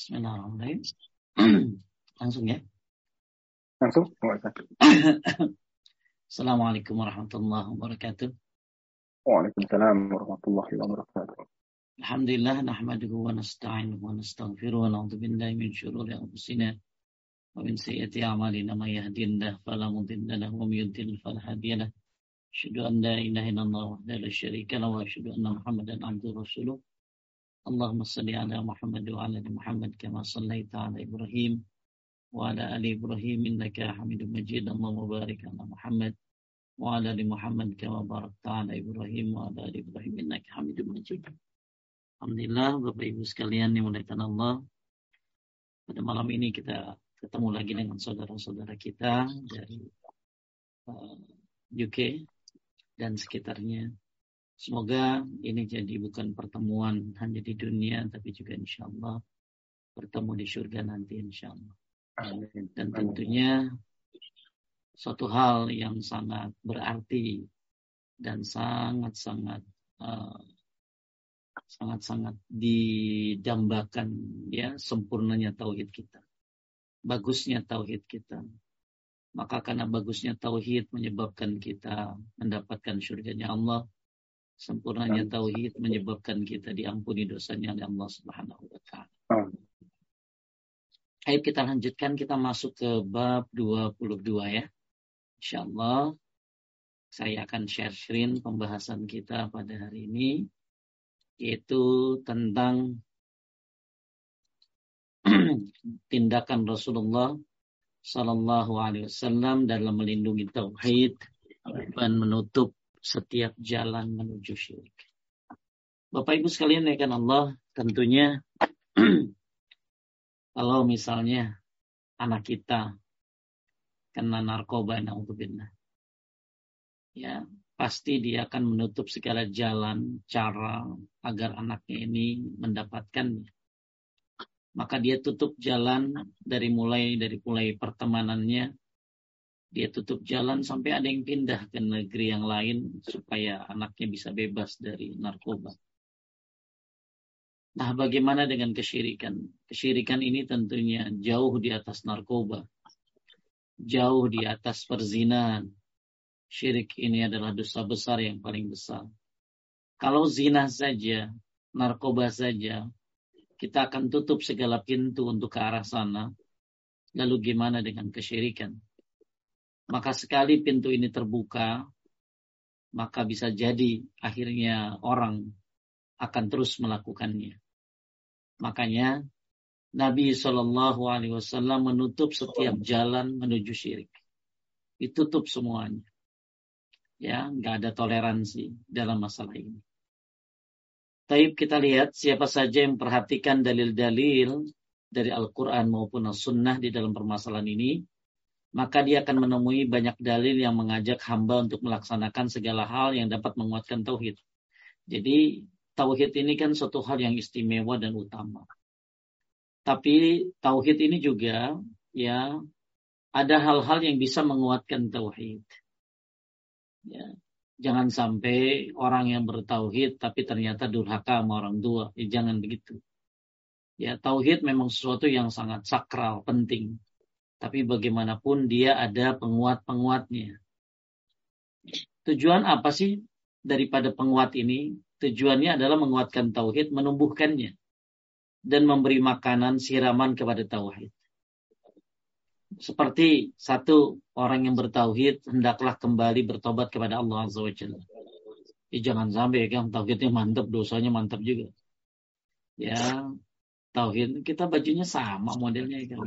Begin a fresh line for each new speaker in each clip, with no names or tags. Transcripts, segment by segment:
Bismillahirrahmanirrahim. Langsung ya.
Langsung.
Assalamualaikum warahmatullahi wabarakatuh.
Waalaikumsalam warahmatullahi wabarakatuh.
Alhamdulillah nahmaduhu wa nasta'inuhu wa nastaghfiruhu wa na'udzu billahi min syururi anfusina wa min sayyiati a'malina may yahdihillahu fala mudilla lahu wa may yudlil fala hadiya lahu. Asyhadu an la ilaha illallah wahdahu la syarika lahu wa asyhadu anna Muhammadan abduhu wa rasuluh. Allahumma shalli ala Muhammad wa ala ali Muhammad kama shallaita ala Ibrahim wa ala ali Ibrahim innaka Hamidum Majid. Allahumma barik ala Muhammad wa ala ali Muhammad kama barakta ala Ibrahim wa ala ali Ibrahim innaka Hamidum Majid. Alhamdulillah Bapak Ibu sekalian yang dimuliakan Allah. Pada malam ini kita ketemu lagi dengan saudara-saudara kita dari UK dan sekitarnya. Semoga ini jadi bukan pertemuan hanya di dunia, tapi juga insya Allah bertemu di surga nanti insya Allah. Dan tentunya suatu hal yang sangat berarti dan sangat-sangat didambakan ya sempurnanya tauhid kita, bagusnya tauhid kita. Maka karena bagusnya tauhid menyebabkan kita mendapatkan surganya Allah. Sempurnanya tauhid menyebabkan kita diampuni dosanya oleh Allah Subhanahu wa taala. Ayo kita lanjutkan, kita masuk ke bab 22 ya. Insyaallah saya akan share screen pembahasan kita pada hari ini, yaitu tentang tindakan Rasulullah sallallahu alaihi wasallam dalam melindungi tauhid dan menutup setiap jalan menuju syirik. Bapak Ibu sekalian ya kan Allah, tentunya kalau misalnya anak kita kena narkoba, na'udzubillah, ya pasti dia akan menutup segala jalan, cara agar anaknya ini mendapatkannya. Maka dia tutup jalan dari mulai pertemanannya. Dia tutup jalan sampai ada yang pindah ke negeri yang lain supaya anaknya bisa bebas dari narkoba. Nah, bagaimana dengan kesyirikan? Kesyirikan ini tentunya jauh di atas narkoba, jauh di atas perzinahan. Syirik ini adalah dosa besar yang paling besar. Kalau zina saja, narkoba saja, kita akan tutup segala pintu untuk ke arah sana. Lalu gimana dengan kesyirikan? Maka sekali pintu ini terbuka, maka bisa jadi akhirnya orang akan terus melakukannya. Makanya Nabi SAW menutup setiap jalan menuju syirik. Ditutup semuanya. Ya, nggak ada toleransi dalam masalah ini. Tapi kita lihat siapa saja yang perhatikan dalil-dalil dari Al-Quran maupun As-Sunnah di dalam permasalahan ini, maka dia akan menemui banyak dalil yang mengajak hamba untuk melaksanakan segala hal yang dapat menguatkan tauhid. Jadi tauhid ini kan suatu hal yang istimewa dan utama. Tapi tauhid ini juga ya ada hal-hal yang bisa menguatkan tauhid. Ya, jangan sampai orang yang bertauhid tapi ternyata durhaka sama orang tua. Ya, jangan begitu. Ya, tauhid memang sesuatu yang sangat sakral, penting. Tapi bagaimanapun dia ada penguat-penguatnya. Tujuan apa sih daripada penguat ini? Tujuannya adalah menguatkan tauhid, menumbuhkannya, dan memberi makanan, siraman kepada tauhid. Seperti satu orang yang bertauhid hendaklah kembali bertobat kepada Allah Azza wa Jalla. Jangan sampai kan tauhidnya mantap, dosanya mantap juga. Ya, tauhid kita bajunya sama modelnya kan.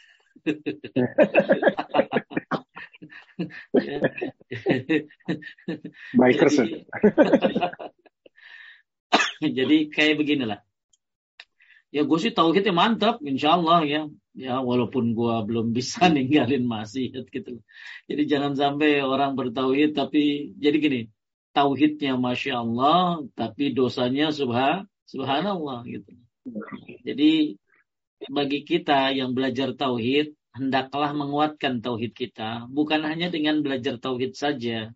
Bikers.
Jadi kayak beginilah. Ya gue sih tauhidnya mantap, insya Allah ya. Ya walaupun gue belum bisa ninggalin maksiat gitu. Jadi jangan sampai orang bertauhid tapi jadi gini, tauhidnya masya Allah tapi dosanya subhanallah gitu. Jadi bagi kita yang belajar tauhid, hendaklah menguatkan tauhid kita, bukan hanya dengan belajar tauhid saja.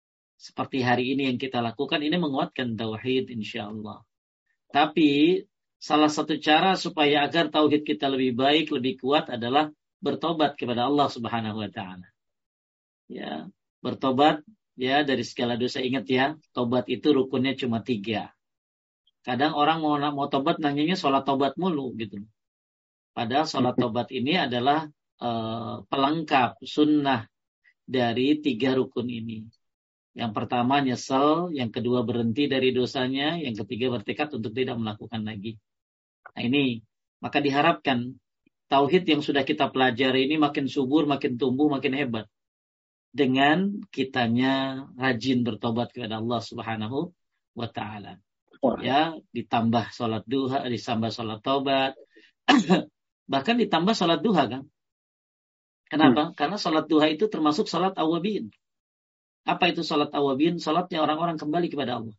Seperti hari ini yang kita lakukan, ini menguatkan tauhid insya Allah. Tapi salah satu cara supaya agar tauhid kita lebih baik, lebih kuat adalah bertobat kepada Allah Subhanahu wa taala. Ya, bertobat ya dari segala dosa. Ingat ya, tobat itu rukunnya cuma 3. Kadang orang mau tobat nanyanya sholat tobat mulu gitu. Padahal sholat tobat ini adalah pelengkap sunnah dari 3 rukun ini. Yang pertama nyesel, yang kedua berhenti dari dosanya, yang ketiga bertekad untuk tidak melakukan lagi. Nah ini, maka diharapkan tauhid yang sudah kita pelajari ini makin subur, makin tumbuh, makin hebat. Dengan kitanya rajin bertobat kepada Allah Subhanahu wa ta'ala. Ya, ditambah sholat duha, ditambah sholat tobat, bahkan ditambah sholat duha kan. Kenapa? Karena sholat duha itu termasuk sholat awabin. Apa itu sholat awabin? Sholatnya orang-orang kembali kepada Allah.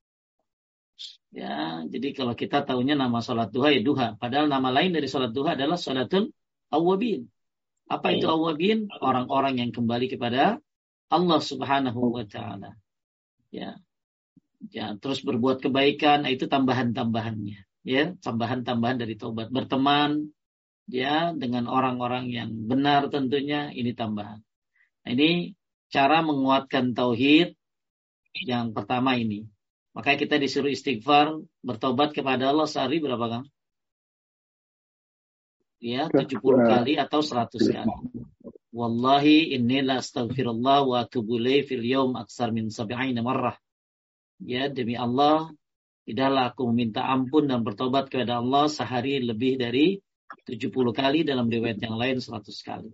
Ya, jadi kalau kita tahunya nama sholat duha ya duha. Padahal nama lain dari sholat duha adalah sholatul awabin. Apa itu awabin? Orang-orang yang kembali kepada Allah Subhanahu wa ta'ala. Ya. Ya, terus berbuat kebaikan, itu tambahan-tambahannya. Ya, tambahan-tambahan dari taubat. Berteman ya dengan orang-orang yang benar tentunya, ini tambahan. Nah, ini cara menguatkan tauhid yang pertama ini. Makanya kita disuruh istighfar, bertobat kepada Allah sehari berapa kali? Ya, 70 kali atau 100 kali. Wallahi inni la astaghfirullah wa atubu ilaihi fil yaum aksar min 70 marrah. Ya, demi Allah, tidaklah aku meminta ampun dan bertobat kepada Allah sehari lebih dari 70 kali, dalam riwayat yang lain 100 kali.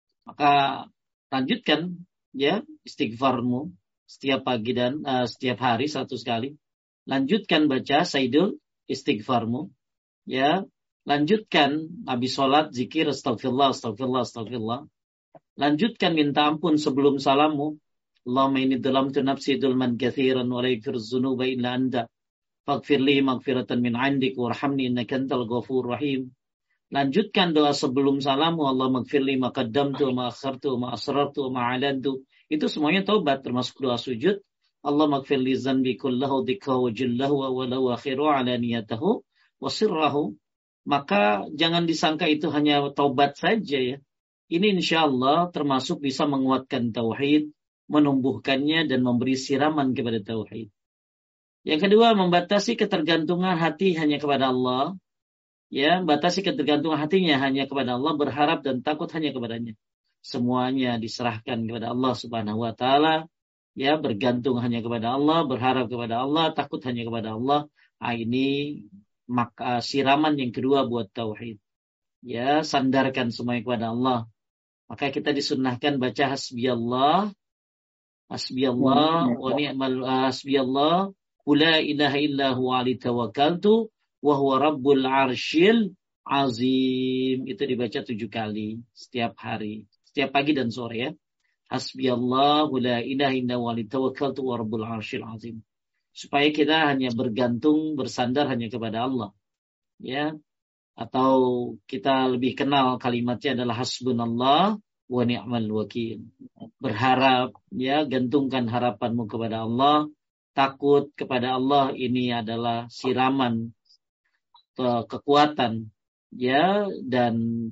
Maka lanjutkan ya istighfarmu setiap pagi dan setiap hari 100 kali. Lanjutkan baca sayyidul istighfarmu. Ya, lanjutkan habis sholat zikir astagfirullah, astagfirullah, astagfirullah. Lanjutkan minta ampun sebelum salammu. Allahumma inni dhalamtu nafsi dhulman katsiran wa la yaghfiru dzunuba illa anta faghfir li maghfiratan min 'indik warhamni innaka antal ghafurur rahim. Lanjutkan doa sebelum salamu, Allahumma ighfirli ma qaddamtu wa ma akhartu wa ma asrartu wa ma 'alantu. Itu semuanya taubat, termasuk doa sujud. Allahumma ighfirli dzanbi kullahu dikkahu wa jillahu wa walau akhiru 'alaniyatahu wa sirrahu. Maka jangan disangka itu hanya taubat saja ya. Ini insyaallah termasuk bisa menguatkan tauhid, menumbuhkannya dan memberi siraman kepada tauhid. Yang kedua, membatasi ketergantungan hati hanya kepada Allah. Ya, batasi ketergantungan hatinya hanya kepada Allah, berharap dan takut hanya kepadanya. Semuanya diserahkan kepada Allah Subhanahu wa taala. Ya, bergantung hanya kepada Allah, berharap kepada Allah, takut hanya kepada Allah. Ini maka siraman yang kedua buat tauhid. Ya, sandarkan semuanya kepada Allah. Maka kita disunnahkan baca hasbiyallah, hasbiyallah wa ni'mal hasbiyallah, la ilaha illa huwa alaihi tawakkaltu wa huwa rabbul arsyil azim. Itu dibaca 7 kali setiap hari, setiap pagi dan sore ya. Hasbiyallah la ilaha illa huwa alaihi tawakkaltu wa rabbul arsyil azim. Supaya kita hanya bergantung, bersandar hanya kepada Allah. Ya. Atau kita lebih kenal kalimatnya adalah hasbunallah wa ni'mal wakil. Berharap ya, gantungkan harapanmu kepada Allah, takut kepada Allah. Ini adalah siraman kekuatan ya, dan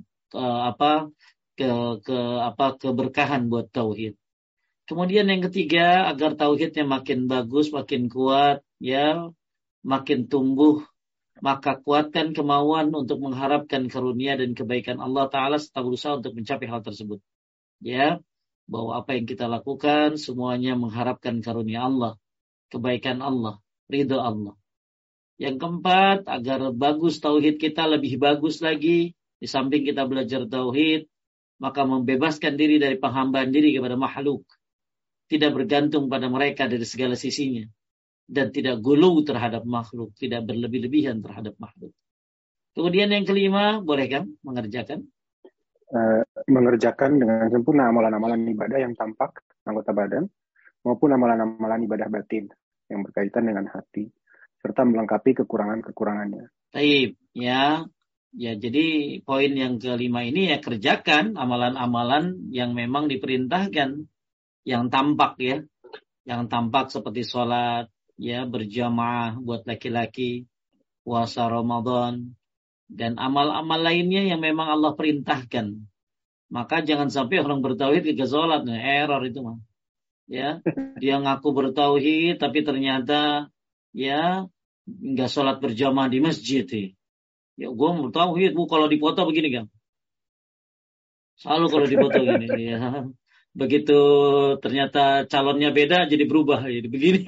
keberkahan buat tauhid. Kemudian yang ketiga, agar tauhidnya makin bagus, makin kuat ya, makin tumbuh, maka kuatkan kemauan untuk mengharapkan karunia dan kebaikan Allah Ta'ala serta berusaha untuk mencapai hal tersebut. Ya, bahwa apa yang kita lakukan semuanya mengharapkan karunia Allah, kebaikan Allah, ridho Allah. Yang keempat, agar bagus tauhid kita lebih bagus lagi, di samping kita belajar tauhid, maka membebaskan diri dari penghambaan diri kepada makhluk. Tidak bergantung pada mereka dari segala sisinya. Dan tidak gulu terhadap makhluk, tidak berlebih-lebihan terhadap makhluk. Kemudian yang kelima, boleh kan mengerjakan?
Mengerjakan dengan sempurna amalan-amalan ibadah yang tampak anggota badan maupun amalan-amalan ibadah batin yang berkaitan dengan hati, serta melengkapi kekurangan-kekurangannya.
Baik, ya. Ya, jadi poin yang kelima ini ya, kerjakan amalan-amalan yang memang diperintahkan, yang tampak ya, yang tampak seperti sholat, ya, berjamaah buat laki-laki, puasa Ramadan, dan amal-amal lainnya yang memang Allah perintahkan. Maka jangan sampai orang bertauhid gak sholat, error itu mah. Ya, dia ngaku bertauhid tapi ternyata ya nggak sholat berjamaah di masjid. Ya, gue bertauhid, bu kalau dipoto begini kan. Selalu kalau dipoto gini, ya. Begitu ternyata calonnya beda, jadi berubah, jadi begini.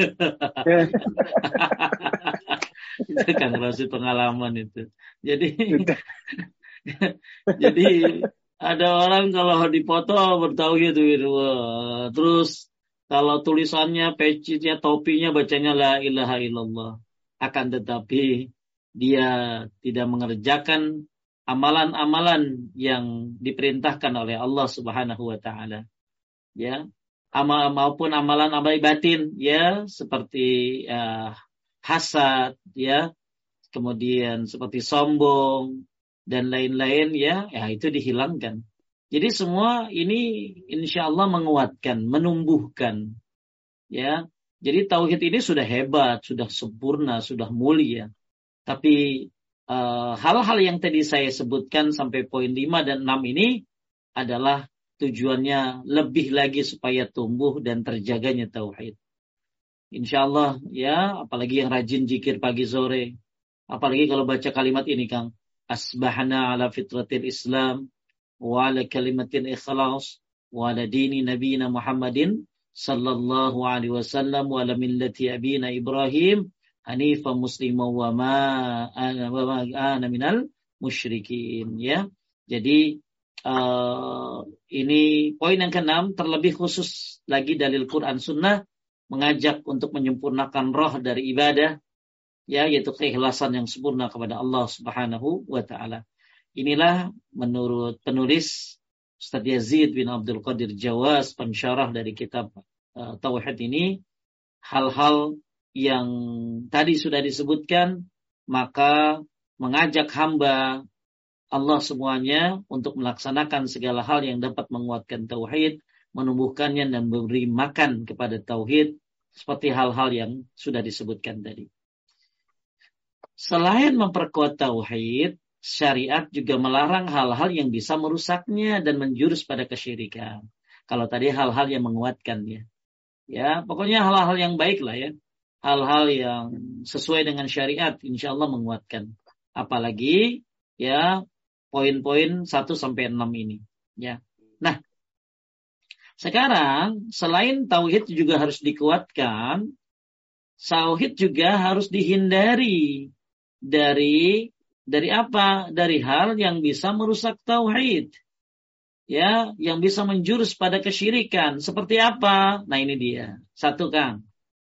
Itu kan Rasul pengalaman itu. Jadi jadi ada orang kalau dipoto bertauhid gitu, terus kalau tulisannya, pecinya, topinya bacanya la ilaha illallah. Akan tetapi dia tidak mengerjakan amalan-amalan yang diperintahkan oleh Allah Subhanahu wa taala. Ya, maupun amalan-amalan batin, ya, seperti hasad, ya, kemudian seperti sombong dan lain-lain, ya itu dihilangkan. Jadi semua ini insya Allah menguatkan, menumbuhkan, ya. Jadi tauhid ini sudah hebat, sudah sempurna, sudah mulia. Tapi hal-hal yang tadi saya sebutkan sampai poin 5 dan 6 ini adalah tujuannya lebih lagi supaya tumbuh dan terjaganya tauhid. Insya Allah, ya, apalagi yang rajin zikir pagi sore, apalagi kalau baca kalimat ini, Kang, asbahna ala fitratil Islam wa ala kalimatin ikhlas wa ala dini nabiyina Muhammadin sallallahu alaihi wasallam wa ala millati abina Ibrahim hanifan musliman wa ma ana minal musyrikin, ya. Jadi ini poin yang ke-6, terlebih khusus lagi dalil Quran Sunnah mengajak untuk menyempurnakan roh dari ibadah, ya, yaitu keikhlasan yang sempurna kepada Allah Subhanahu wa taala. Inilah menurut penulis Ustaz Yazid bin Abdul Qadir Jawas, pensyarah dari kitab Tauhid ini, hal-hal yang tadi sudah disebutkan, maka mengajak hamba Allah semuanya untuk melaksanakan segala hal yang dapat menguatkan tauhid, menumbuhkannya dan memberi makan kepada tauhid, seperti hal-hal yang sudah disebutkan tadi. Selain memperkuat tauhid, syariat juga melarang hal-hal yang bisa merusaknya dan menjurus pada kesyirikan. Kalau tadi hal-hal yang menguatkannya, ya, pokoknya hal-hal yang baik lah, ya, hal-hal yang sesuai dengan syariat, insya Allah menguatkan. Apalagi, ya, poin-poin 1 sampai 6 ini, ya. Nah, sekarang selain tauhid juga harus dikuatkan, tauhid juga harus dihindari dari apa? Dari hal yang bisa merusak tauhid, ya, yang bisa menjurus pada kesyirikan. Seperti apa? Nah, ini dia. 1, Kang.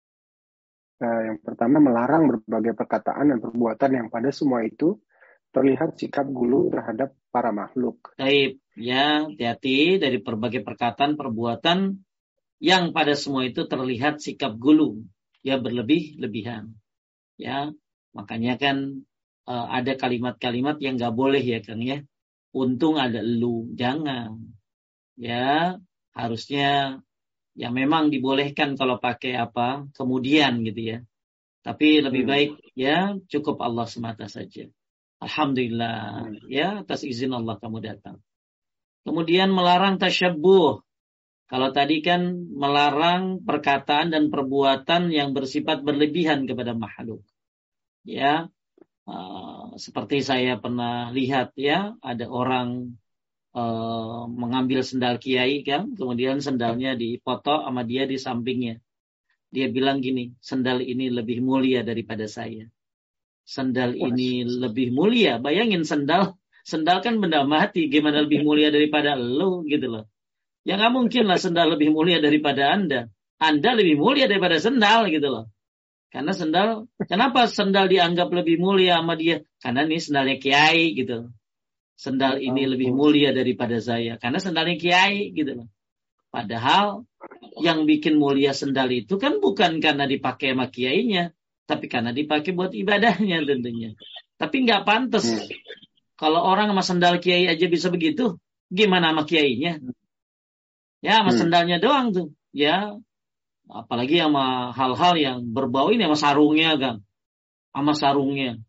Yang pertama, melarang berbagai perkataan dan perbuatan yang pada semua itu terlihat sikap gulu terhadap para makhluk.
Baik, ya, hati-hati dari berbagai perkataan, perbuatan yang pada semua itu terlihat sikap gulu, ya, berlebih-lebihan. Ya, makanya kan ada kalimat-kalimat yang nggak boleh, ya, Kang, ya. Untung ada elu, jangan. Ya, harusnya yang memang dibolehkan kalau pakai apa kemudian gitu, ya. Tapi lebih baik, ya, cukup Allah semata saja. Alhamdulillah, ya, atas izin Allah kamu datang. Kemudian melarang tasyabbuh. Kalau tadi kan melarang perkataan dan perbuatan yang bersifat berlebihan kepada makhluk. Ya, seperti saya pernah lihat, ya, ada orang mengambil sendal kiai, kan, kemudian sendalnya dipoto sama dia di sampingnya. Dia bilang gini, sendal ini lebih mulia daripada saya. Sendal ini lebih mulia. Bayangin, sendal kan benda mati, gimana lebih mulia daripada lo, gitu loh. Ya nggak mungkin lah sendal lebih mulia daripada Anda. Anda lebih mulia daripada sendal, gitu loh. Karena sendal, kenapa sendal dianggap lebih mulia sama dia? Karena ini sendalnya kiai, gitu. Sendal ini lebih mulia daripada saya. Karena sendalnya kiai, gitu loh. Padahal yang bikin mulia sendal itu kan bukan karena dipakai sama kiainya, tapi karena dipakai buat ibadahnya tentunya. Tapi nggak pantas. Kalau orang sama sendal kiai aja bisa begitu, gimana sama kiainya? Ya, sama sendalnya doang tuh. Ya, apalagi sama hal-hal yang berbau ini, sama sarungnya, kan. Sama sarungnya.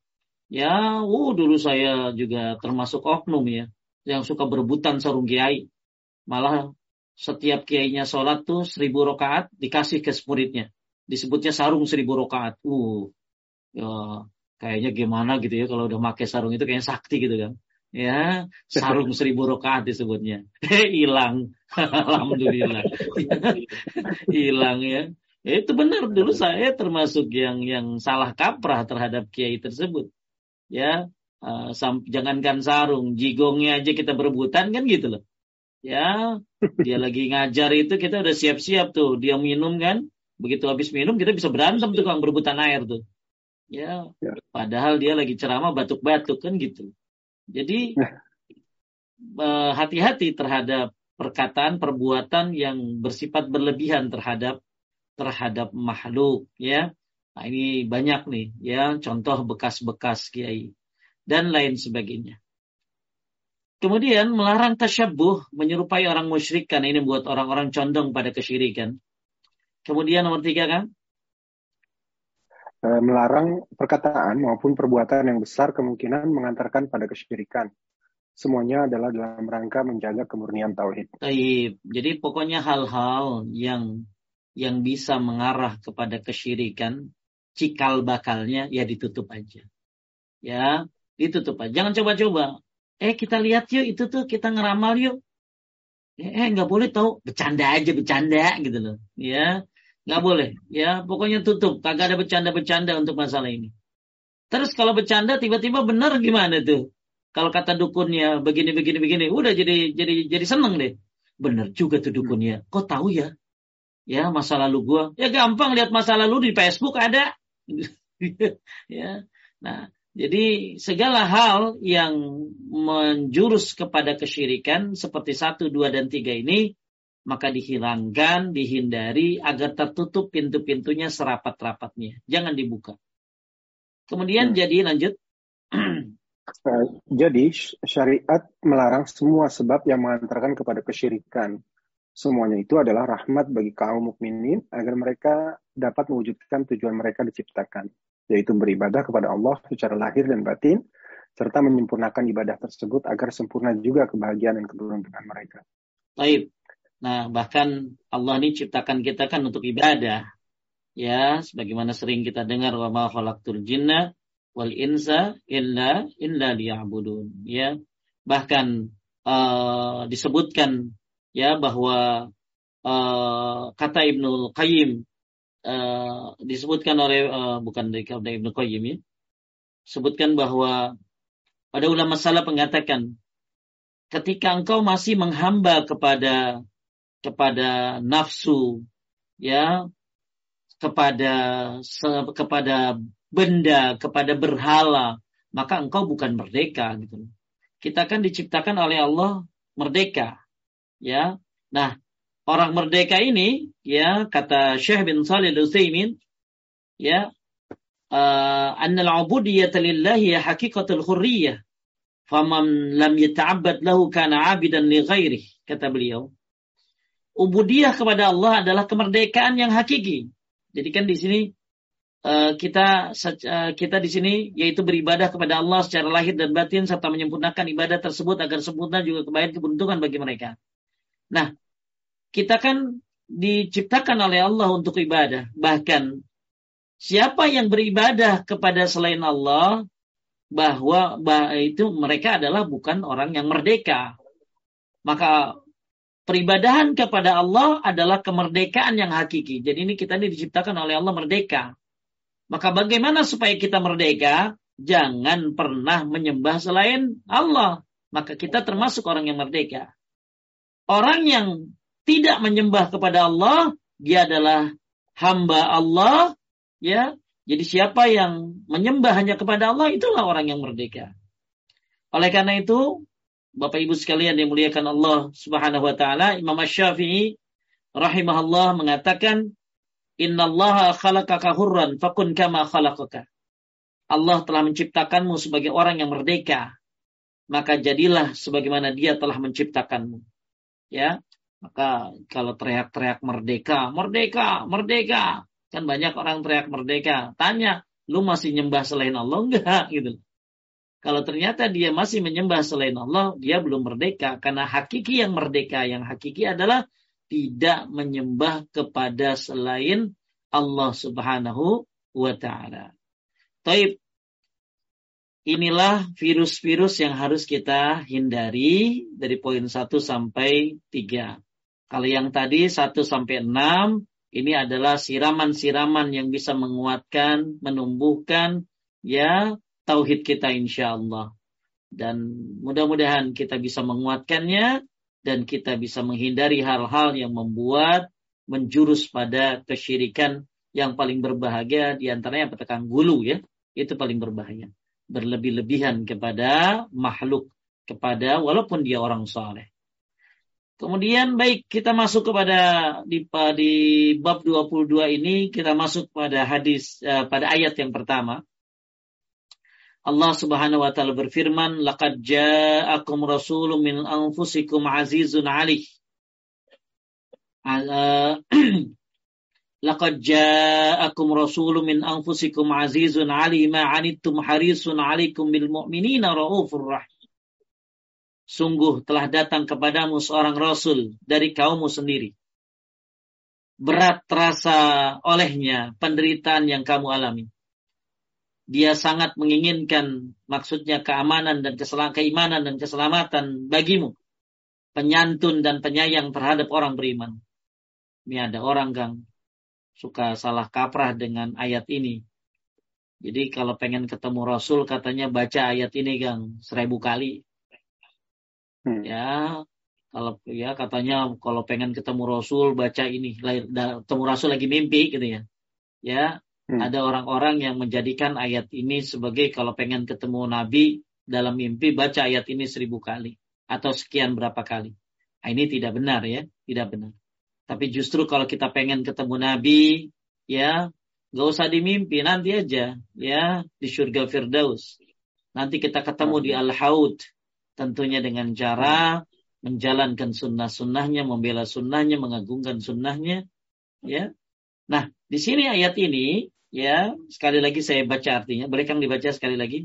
Ya, dulu saya juga termasuk oknum ya, yang suka berebutan sarung kiai. Malah setiap kiainya sholat tuh 1000 rakaat dikasih ke muridnya. Disebutnya sarung 1000 rakaat. Ya, kayaknya gimana gitu ya kalau udah pakai sarung itu kayak sakti gitu kan. Ya, sarung 1000 rakaat disebutnya. Hilang. Alhamdulillah. Hilang ya. Ya, itu benar dulu saya termasuk yang salah kaprah terhadap kiai tersebut. Ya, jangankan sarung, jigongnya aja kita berebutan kan gitu loh. Ya, dia lagi ngajar itu kita udah siap-siap tuh, dia minum kan, begitu habis minum kita bisa berantem tuh kalau berebutan air tuh. Ya, padahal dia lagi ceramah batuk-batuk kan gitu. Jadi hati-hati terhadap perkataan, perbuatan yang bersifat berlebihan terhadap makhluk ya. Nah, ini banyak nih ya contoh bekas-bekas kiai dan lain sebagainya. Kemudian melarang tasyabbuh, menyerupai orang musyrik, karena ini membuat orang-orang condong pada kesyirikan. Kemudian nomor 3 kan?
Melarang perkataan maupun perbuatan yang besar kemungkinan mengantarkan pada kesyirikan. Semuanya adalah dalam rangka menjaga kemurnian tauhid.
Baik. Jadi pokoknya hal-hal yang bisa mengarah kepada kesyirikan, cikal bakalnya ya ditutup aja. Ya, ditutup aja. Jangan coba-coba. Kita lihat yuk itu tuh, kita ngeramal yuk. Nggak boleh tahu, bercanda aja, bercanda gitu loh. Ya, nggak boleh. Ya, pokoknya tutup. Kagak ada bercanda-bercanda untuk masalah ini. Terus kalau bercanda tiba-tiba benar gimana tuh? Kalau kata dukunnya begini, udah jadi seneng deh. Bener juga tuh dukunnya. Kok tahu ya? Ya masa lalu gua. Ya gampang lihat masa lalu di Facebook ada. Ya. Nah, jadi segala hal yang menjurus kepada kesyirikan seperti 1, 2, dan 3 ini maka dihilangkan, dihindari agar tertutup pintu-pintunya serapat-rapatnya. Jangan dibuka. Kemudian jadi lanjut.
Jadi syariat melarang semua sebab yang mengantarkan kepada kesyirikan. Semuanya itu adalah rahmat bagi kaum mukminin agar mereka dapat mewujudkan tujuan mereka diciptakan, yaitu beribadah kepada Allah secara lahir dan batin, serta menyempurnakan ibadah tersebut agar sempurna juga kebahagiaan dan keberuntungan mereka.
Baik. Nah, bahkan Allah ini ciptakan kita kan untuk ibadah. Ya, sebagaimana sering kita dengar wa ma khalaqtul jinna wal insa illa liya'budun. Ya. Bahkan disebutkan ya bahwa kata Ibnu Qayyim disebutkan oleh bukan dari Ibnu Qayyim ya. Sebutkan bahwa pada ulama salaf mengatakan ketika engkau masih menghamba kepada nafsu ya, kepada benda, kepada berhala, maka engkau bukan merdeka gitu. Kita kan diciptakan oleh Allah merdeka, ya. Nah, orang merdeka ini, ya, kata Syekh bin Shalih Al-Utsaimin, ya, annal 'ubudiyyata lillahi ya haqiqatul hurriyah. Faman lam yata'abbad lahu kana 'abidan li ghairihi, kata beliau. Ubudiyah kepada Allah adalah kemerdekaan yang hakiki. Jadi kan di sini kita di sini yaitu beribadah kepada Allah secara lahir dan batin serta menyempurnakan ibadah tersebut agar sempurna juga kebahagiaan keberuntungan bagi mereka. Nah, kita kan diciptakan oleh Allah untuk ibadah. Bahkan siapa yang beribadah kepada selain Allah bahwa itu mereka adalah bukan orang yang merdeka. Maka peribadahan kepada Allah adalah kemerdekaan yang hakiki. Jadi kita ini diciptakan oleh Allah merdeka. Maka bagaimana supaya kita merdeka? Jangan pernah menyembah selain Allah. Maka kita termasuk orang yang merdeka. Orang yang tidak menyembah kepada Allah, dia adalah hamba Allah. Ya, jadi siapa yang menyembah hanya kepada Allah, itulah orang yang merdeka. Oleh karena itu, Bapak Ibu sekalian yang muliakan Allah Subhanahu wa taala, Imam Asy-Syafi'i rahimahullah mengatakan, "Innallaha khalaqaka hurran fakun kama khalaqaka." Allah telah menciptakanmu sebagai orang yang merdeka, maka jadilah sebagaimana Dia telah menciptakanmu. Ya. Maka kalau teriak-teriak merdeka, merdeka, merdeka, kan banyak orang teriak merdeka. Tanya, lu masih nyembah selain Allah enggak gitu. Kalau ternyata dia masih menyembah selain Allah, dia belum merdeka. Karena hakiki yang merdeka, yang hakiki adalah tidak menyembah kepada selain Allah Subhanahu wa ta'ala. Taib. Inilah virus-virus yang harus kita hindari dari poin 1 sampai 3. Kalau yang tadi 1 sampai 6, ini adalah siraman-siraman yang bisa menguatkan, menumbuhkan ya tauhid kita insyaallah. Dan mudah-mudahan kita bisa menguatkannya dan kita bisa menghindari hal-hal yang membuat menjurus pada kesyirikan yang paling berbahaya, di antaranya petekan gulu ya. Itu paling berbahaya. Berlebih-lebihan kepada makhluk, kepada walaupun dia orang saleh. Kemudian baik kita masuk kepada di bab 22 ini kita masuk pada hadis pada ayat yang pertama. Allah Subhanahu wa taala berfirman, "Laqad ja'akum rasulun min anfusikum azizun 'alaih." Laqad ja'akum rasulun min anfusikum azizun 'alaihi ma 'anittum harisun 'alaikum bil mu'minina raufur rahim. Sungguh telah datang kepadamu seorang rasul dari kaummu sendiri. Berat terasa olehnya penderitaan yang kamu alami. Dia sangat menginginkan, maksudnya keamanan dan keimanan dan keselamatan bagimu. Penyantun dan penyayang terhadap orang beriman. Ini ada orang Kang suka salah kaprah dengan ayat ini. Jadi kalau pengen ketemu Rasul katanya baca ayat ini Kang 1000 kali. Ya, kalau ya katanya kalau pengen ketemu Rasul baca ini, ketemu Rasul lagi mimpi gitu ya. Ya, ada orang-orang yang menjadikan ayat ini sebagai kalau pengen ketemu Nabi dalam mimpi baca ayat ini 1000 kali atau sekian berapa kali. Nah, ini tidak benar ya, tidak benar. Tapi justru kalau kita pengen ketemu Nabi, ya, gak usah di mimpi, nanti aja, ya, di surga Firdaus. Nanti kita ketemu di Al-Haud, tentunya dengan cara menjalankan sunnah-sunnahnya, membela sunnahnya, mengagungkan sunnahnya, ya. Nah, di sini ayat ini, ya, sekali lagi saya baca artinya. Boleh Kang dibaca sekali lagi?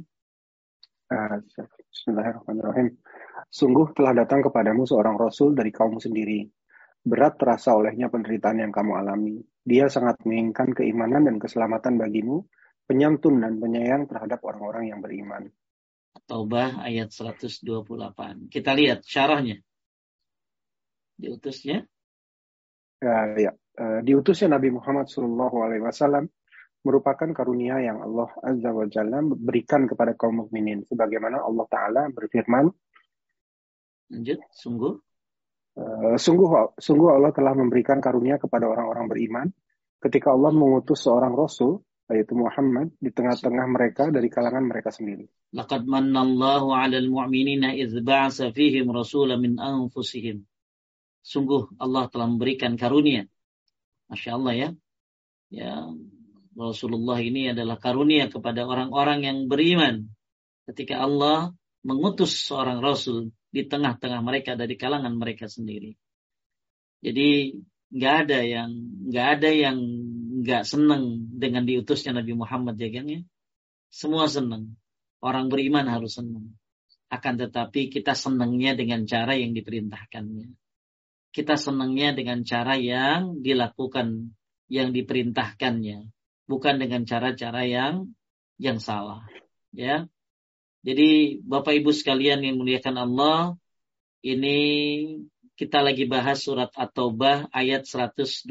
Bismillahirrahmanirrahim. Sungguh telah datang kepadamu seorang Rasul dari kaummu sendiri. Berat terasa olehnya penderitaan yang kamu alami. Dia sangat menginginkan keimanan dan keselamatan bagimu, penyantun dan penyayang terhadap orang-orang yang beriman.
Taubah ayat 128. Kita lihat syarahnya. Diutusnya?
Diutusnya Nabi Muhammad SAW merupakan karunia yang Allah Azza wa Jalla berikan kepada kaum mukminin. Sebagaimana Allah Ta'ala berfirman,
lanjut,
Sungguh Allah telah memberikan karunia kepada orang-orang beriman ketika Allah mengutus seorang Rasul, yaitu Muhammad, di tengah-tengah mereka dari kalangan mereka sendiri.
Laqad mannallahu 'alal mu'minina idz ba'atsa fihim rasulan min anfusihim. Sungguh Allah telah memberikan karunia. Masya Allah ya. Ya, Rasulullah ini adalah karunia kepada orang-orang yang beriman. Ketika Allah mengutus seorang Rasul di tengah-tengah mereka dari kalangan mereka sendiri. Jadi nggak ada yang nggak senang dengan diutusnya Nabi Muhammad ya kan ya. Semua senang. Orang beriman harus senang. Akan tetapi kita senangnya dengan cara yang diperintahkannya. Kita senangnya dengan cara yang dilakukan, yang diperintahkannya, bukan dengan cara-cara yang salah. Ya. Jadi Bapak Ibu sekalian yang muliakan Allah, ini kita lagi bahas surat At-Taubah ayat 128.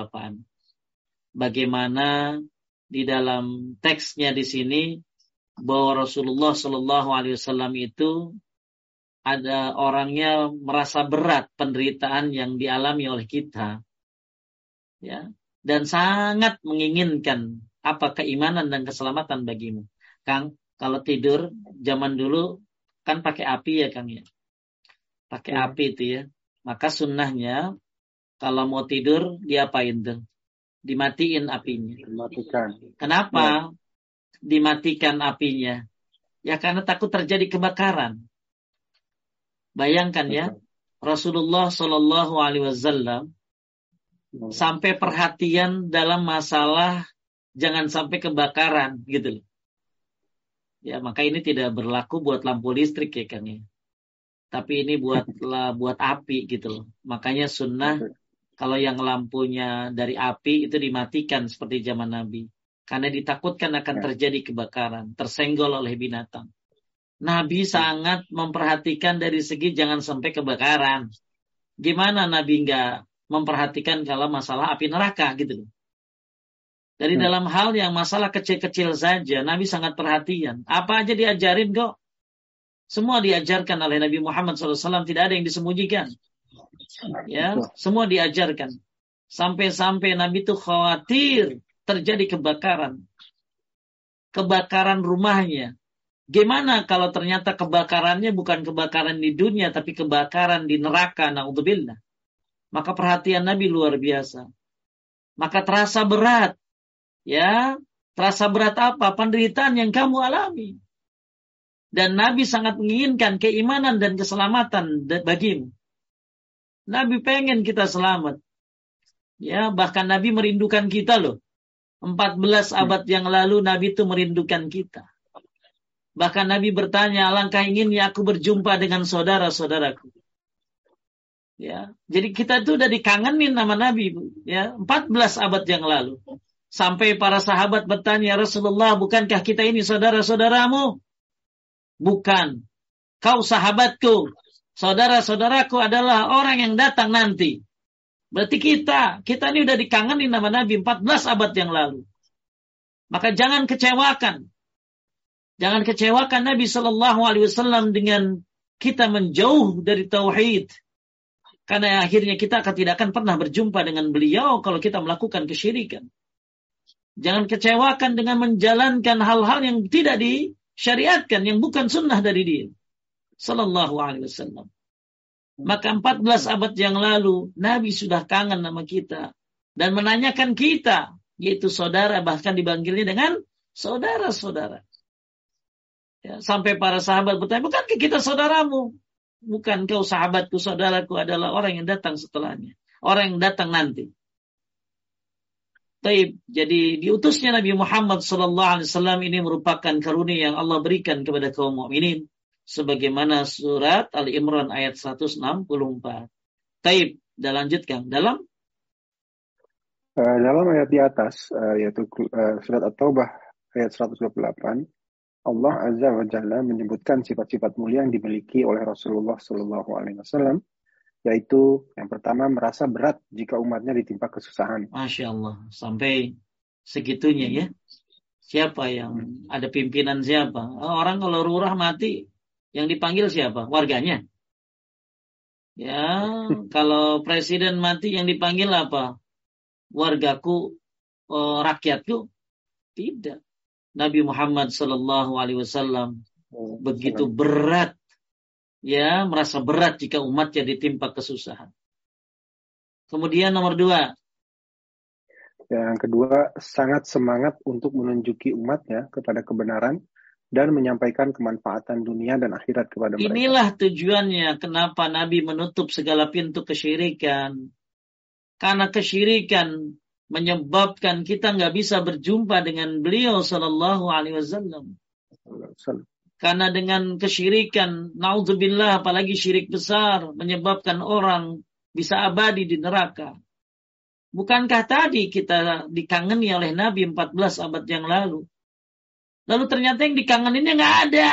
Bagaimana di dalam teksnya di sini bahwa Rasulullah SAW itu ada orangnya merasa berat penderitaan yang dialami oleh kita, ya, dan sangat menginginkan apa keimanan dan keselamatan bagimu. Kang, kalau tidur zaman dulu kan pakai api ya Kang ya, pakai api itu ya. Maka sunnahnya kalau mau tidur diapain tuh? Dimatiin apinya.
Dimatikan.
Kenapa dimatikan apinya? Ya karena takut terjadi kebakaran. Bayangkan ya, Rasulullah Shallallahu Alaihi Wasallam sampai perhatian dalam masalah jangan sampai kebakaran gitu loh. Ya, maka ini tidak berlaku buat lampu listrik ya kan ya. Tapi ini buat api gitu loh. Makanya sunnah kalau yang lampunya dari api itu dimatikan seperti zaman Nabi. Karena ditakutkan akan terjadi kebakaran, tersenggol oleh binatang. Nabi sangat memperhatikan dari segi jangan sampai kebakaran. Gimana Nabi nggak memperhatikan kalau masalah api neraka gitu loh. Dari dalam hal yang masalah kecil-kecil saja, Nabi sangat perhatian. Apa aja diajarin kok. Semua diajarkan oleh Nabi Muhammad SAW, tidak ada yang disembunyikan. Ya, semua diajarkan. Sampai-sampai Nabi itu khawatir terjadi kebakaran. Kebakaran rumahnya. Gimana kalau ternyata kebakarannya bukan kebakaran di dunia, tapi kebakaran di neraka, na'udzubillah. Maka perhatian Nabi luar biasa. Maka terasa berat. Ya, terasa berat apa? Penderitaan yang kamu alami. Dan Nabi sangat menginginkan keimanan dan keselamatan bagimu. Nabi pengen kita selamat. Ya, bahkan Nabi merindukan kita loh. 14 abad yang lalu Nabi itu merindukan kita. Bahkan Nabi bertanya, alangkah inginnya aku berjumpa dengan saudara-saudaraku. Ya, jadi kita itu udah dikangenin sama Nabi, ya, 14 abad yang lalu. Sampai para sahabat bertanya, Rasulullah, bukankah kita ini saudara-saudaramu? Bukan. Kau sahabatku. Saudara-saudaraku adalah orang yang datang nanti. Berarti kita ini udah dikangenin sama Nabi 14 abad yang lalu. Maka jangan kecewakan. Jangan kecewakan Nabi SAW dengan kita menjauh dari tauhid. Karena akhirnya kita tidak akan pernah berjumpa dengan beliau kalau kita melakukan kesyirikan. Jangan kecewakan dengan menjalankan hal-hal yang tidak disyariatkan, yang bukan sunnah dari dia. Sallallahu alaihi wasallam. Maka 14 abad yang lalu, Nabi sudah kangen sama kita. Dan menanyakan kita, yaitu saudara, bahkan dipanggilnya dengan saudara-saudara. Ya, sampai para sahabat bertanya, bukankah kita saudaramu? Bukan kau sahabatku, saudaraku adalah orang yang datang setelahnya. Orang yang datang nanti. Taib. Jadi diutusnya Nabi Muhammad SAW ini merupakan karunia yang Allah berikan kepada kaum mukminin. Sebagaimana surat Al-Imran ayat 164. Taib. Dan lanjutkan. Dalam
ayat di atas, yaitu surat At-Taubah ayat 128, Allah Azza wa Jalla menyebutkan sifat-sifat mulia yang dimiliki oleh Rasulullah SAW, yaitu yang pertama merasa berat jika umatnya ditimpa kesusahan.
Masya Allah, sampai segitunya ya. Siapa yang ada pimpinan siapa? Orang kalau lurah mati, yang dipanggil siapa? Warganya. Ya, kalau presiden mati yang dipanggil apa? Wargaku, rakyatku? Tidak. Nabi Muhammad SAW begitu berat, ya, merasa berat jika umatnya ditimpa kesusahan. Kemudian nomor 2.
Yang kedua, sangat semangat untuk menunjuki umatnya kepada kebenaran dan menyampaikan kemanfaatan dunia dan akhirat kepada mereka.
Inilah tujuannya kenapa Nabi menutup segala pintu kesyirikan. Karena kesyirikan menyebabkan kita nggak bisa berjumpa dengan beliau Sallallahu Alaihi Wasallam. Karena dengan kesyirikan, naudzubillah, apalagi syirik besar, menyebabkan orang bisa abadi di neraka. Bukankah tadi kita dikangeni oleh Nabi 14 abad yang lalu? Lalu ternyata yang dikangeninnya nggak ada.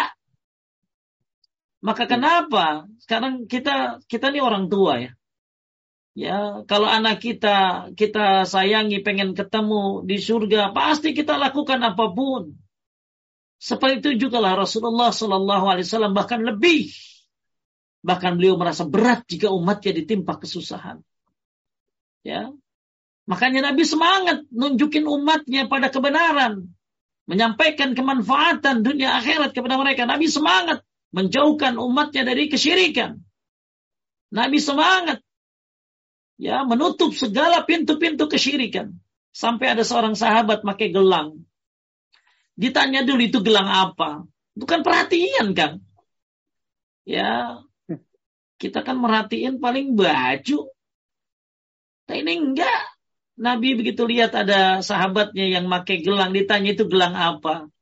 Maka kenapa? Sekarang kita ini orang tua ya. Ya, kalau anak kita sayangi, pengen ketemu di surga, pasti kita lakukan apapun. Seperti itu juga lah Rasulullah SAW, bahkan lebih. Bahkan beliau merasa berat jika umatnya ditimpa kesusahan. Ya, makanya Nabi semangat nunjukin umatnya pada kebenaran, menyampaikan kemanfaatan dunia akhirat kepada mereka. Nabi semangat menjauhkan umatnya dari kesyirikan. Nabi semangat, ya, menutup segala pintu-pintu kesyirikan. Sampai ada seorang sahabat pakai gelang. Ditanya dulu, itu gelang apa? Itu kan perhatian kan? Ya, kita kan merhatiin paling baju. Nah ini enggak. Nabi begitu lihat ada sahabatnya yang pakai gelang, ditanya itu gelang apa?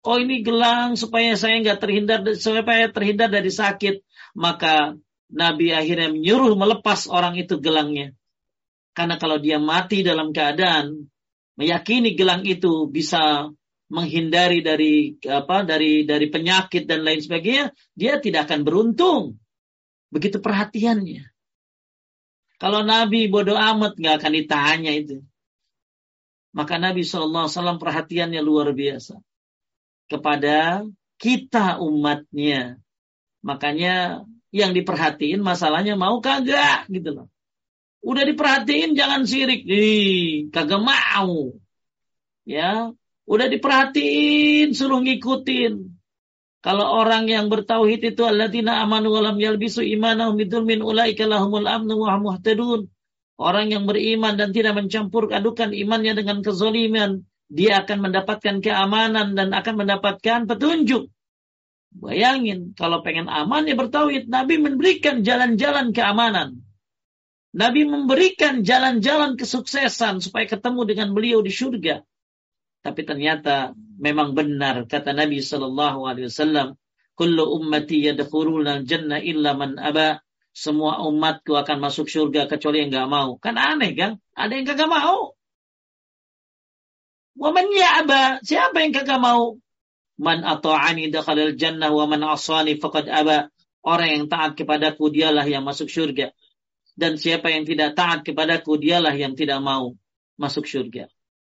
oh ini gelang supaya saya terhindar dari sakit. Maka Nabi akhirnya menyuruh melepas orang itu gelangnya. Karena kalau dia mati dalam keadaan meyakini gelang itu bisa menghindari dari penyakit dan lain sebagainya, dia tidak akan beruntung. Begitu perhatiannya. Kalau Nabi bodoh amat nggak akan ditanya itu. Maka Nabi SAW perhatiannya luar biasa kepada kita umatnya. Makanya yang diperhatiin masalahnya mau kagak gitu loh. Udah diperhatiin jangan syirik. Kagak mau. Ya, udah diperhatiin suruh ngikutin. Kalau orang yang bertauhid itu alladzina amanu wa lam yalbisu imanahum bidzulmin ulaika lahumul amnu wa hum muhtadun. Orang yang beriman dan tidak mencampur adukan imannya dengan kezaliman, dia akan mendapatkan keamanan dan akan mendapatkan petunjuk. Bayangin, kalau pengen aman ya bertauhid. Nabi memberikan jalan-jalan keamanan. Nabi memberikan jalan-jalan kesuksesan supaya ketemu dengan beliau di surga. Tapi ternyata memang benar kata Nabi SAW, kullu ummati yadkhuluna jannah illa man aba. Semua umatku akan masuk surga kecuali yang enggak mau. Kan aneh kan? Ada yang kagak mau. Wa man ya'ba, siapa yang kagak mau? Man ata'ani dakhalal jannah wa man asani faqad aba. Orang yang taat kepadaku dialah yang masuk surga. Dan siapa yang tidak taat kepadaku dialah yang tidak mau masuk surga.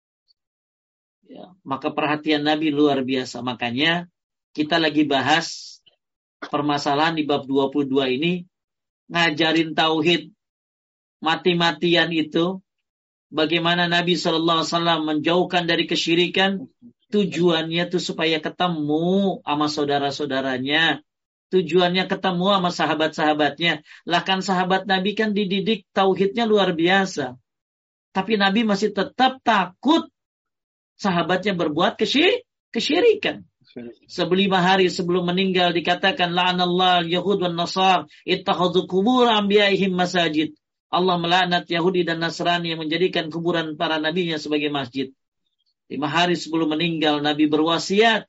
Ya, maka perhatian Nabi luar biasa. Makanya kita lagi bahas permasalahan di bab 22 ini, ngajarin tauhid mati-matian itu, bagaimana Nabi SAW menjauhkan dari kesyirikan. Tujuannya itu supaya ketemu sama saudara-saudaranya, tujuannya ketemu sama sahabat-sahabatnya. Lah kan sahabat Nabi kan dididik tauhidnya luar biasa, tapi Nabi masih tetap takut sahabatnya berbuat kesyirikan. 5 hari sebelum meninggal dikatakan la'anallahu al-yahud wan nasar ittakhadhu qubur anbiya'ihim masajid. Allah melaknat Yahudi dan Nasrani yang menjadikan kuburan para nabinya sebagai masjid. 5 hari sebelum meninggal Nabi berwasiat,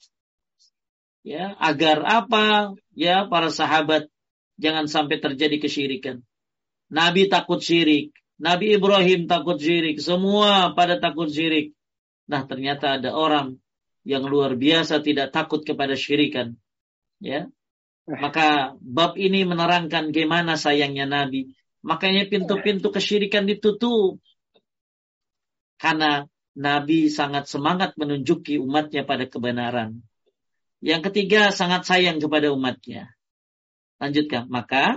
ya, agar apa? Ya, para sahabat jangan sampai terjadi kesyirikan. Nabi takut syirik, Nabi Ibrahim takut syirik, semua pada takut syirik. Nah, ternyata ada orang yang luar biasa tidak takut kepada syirikan. Ya. Maka bab ini menerangkan bagaimana sayangnya Nabi. Makanya pintu-pintu kesyirikan ditutup. Karena Nabi sangat semangat menunjuki umatnya pada kebenaran. Yang ketiga, sangat sayang kepada umatnya. Lanjutkan. Maka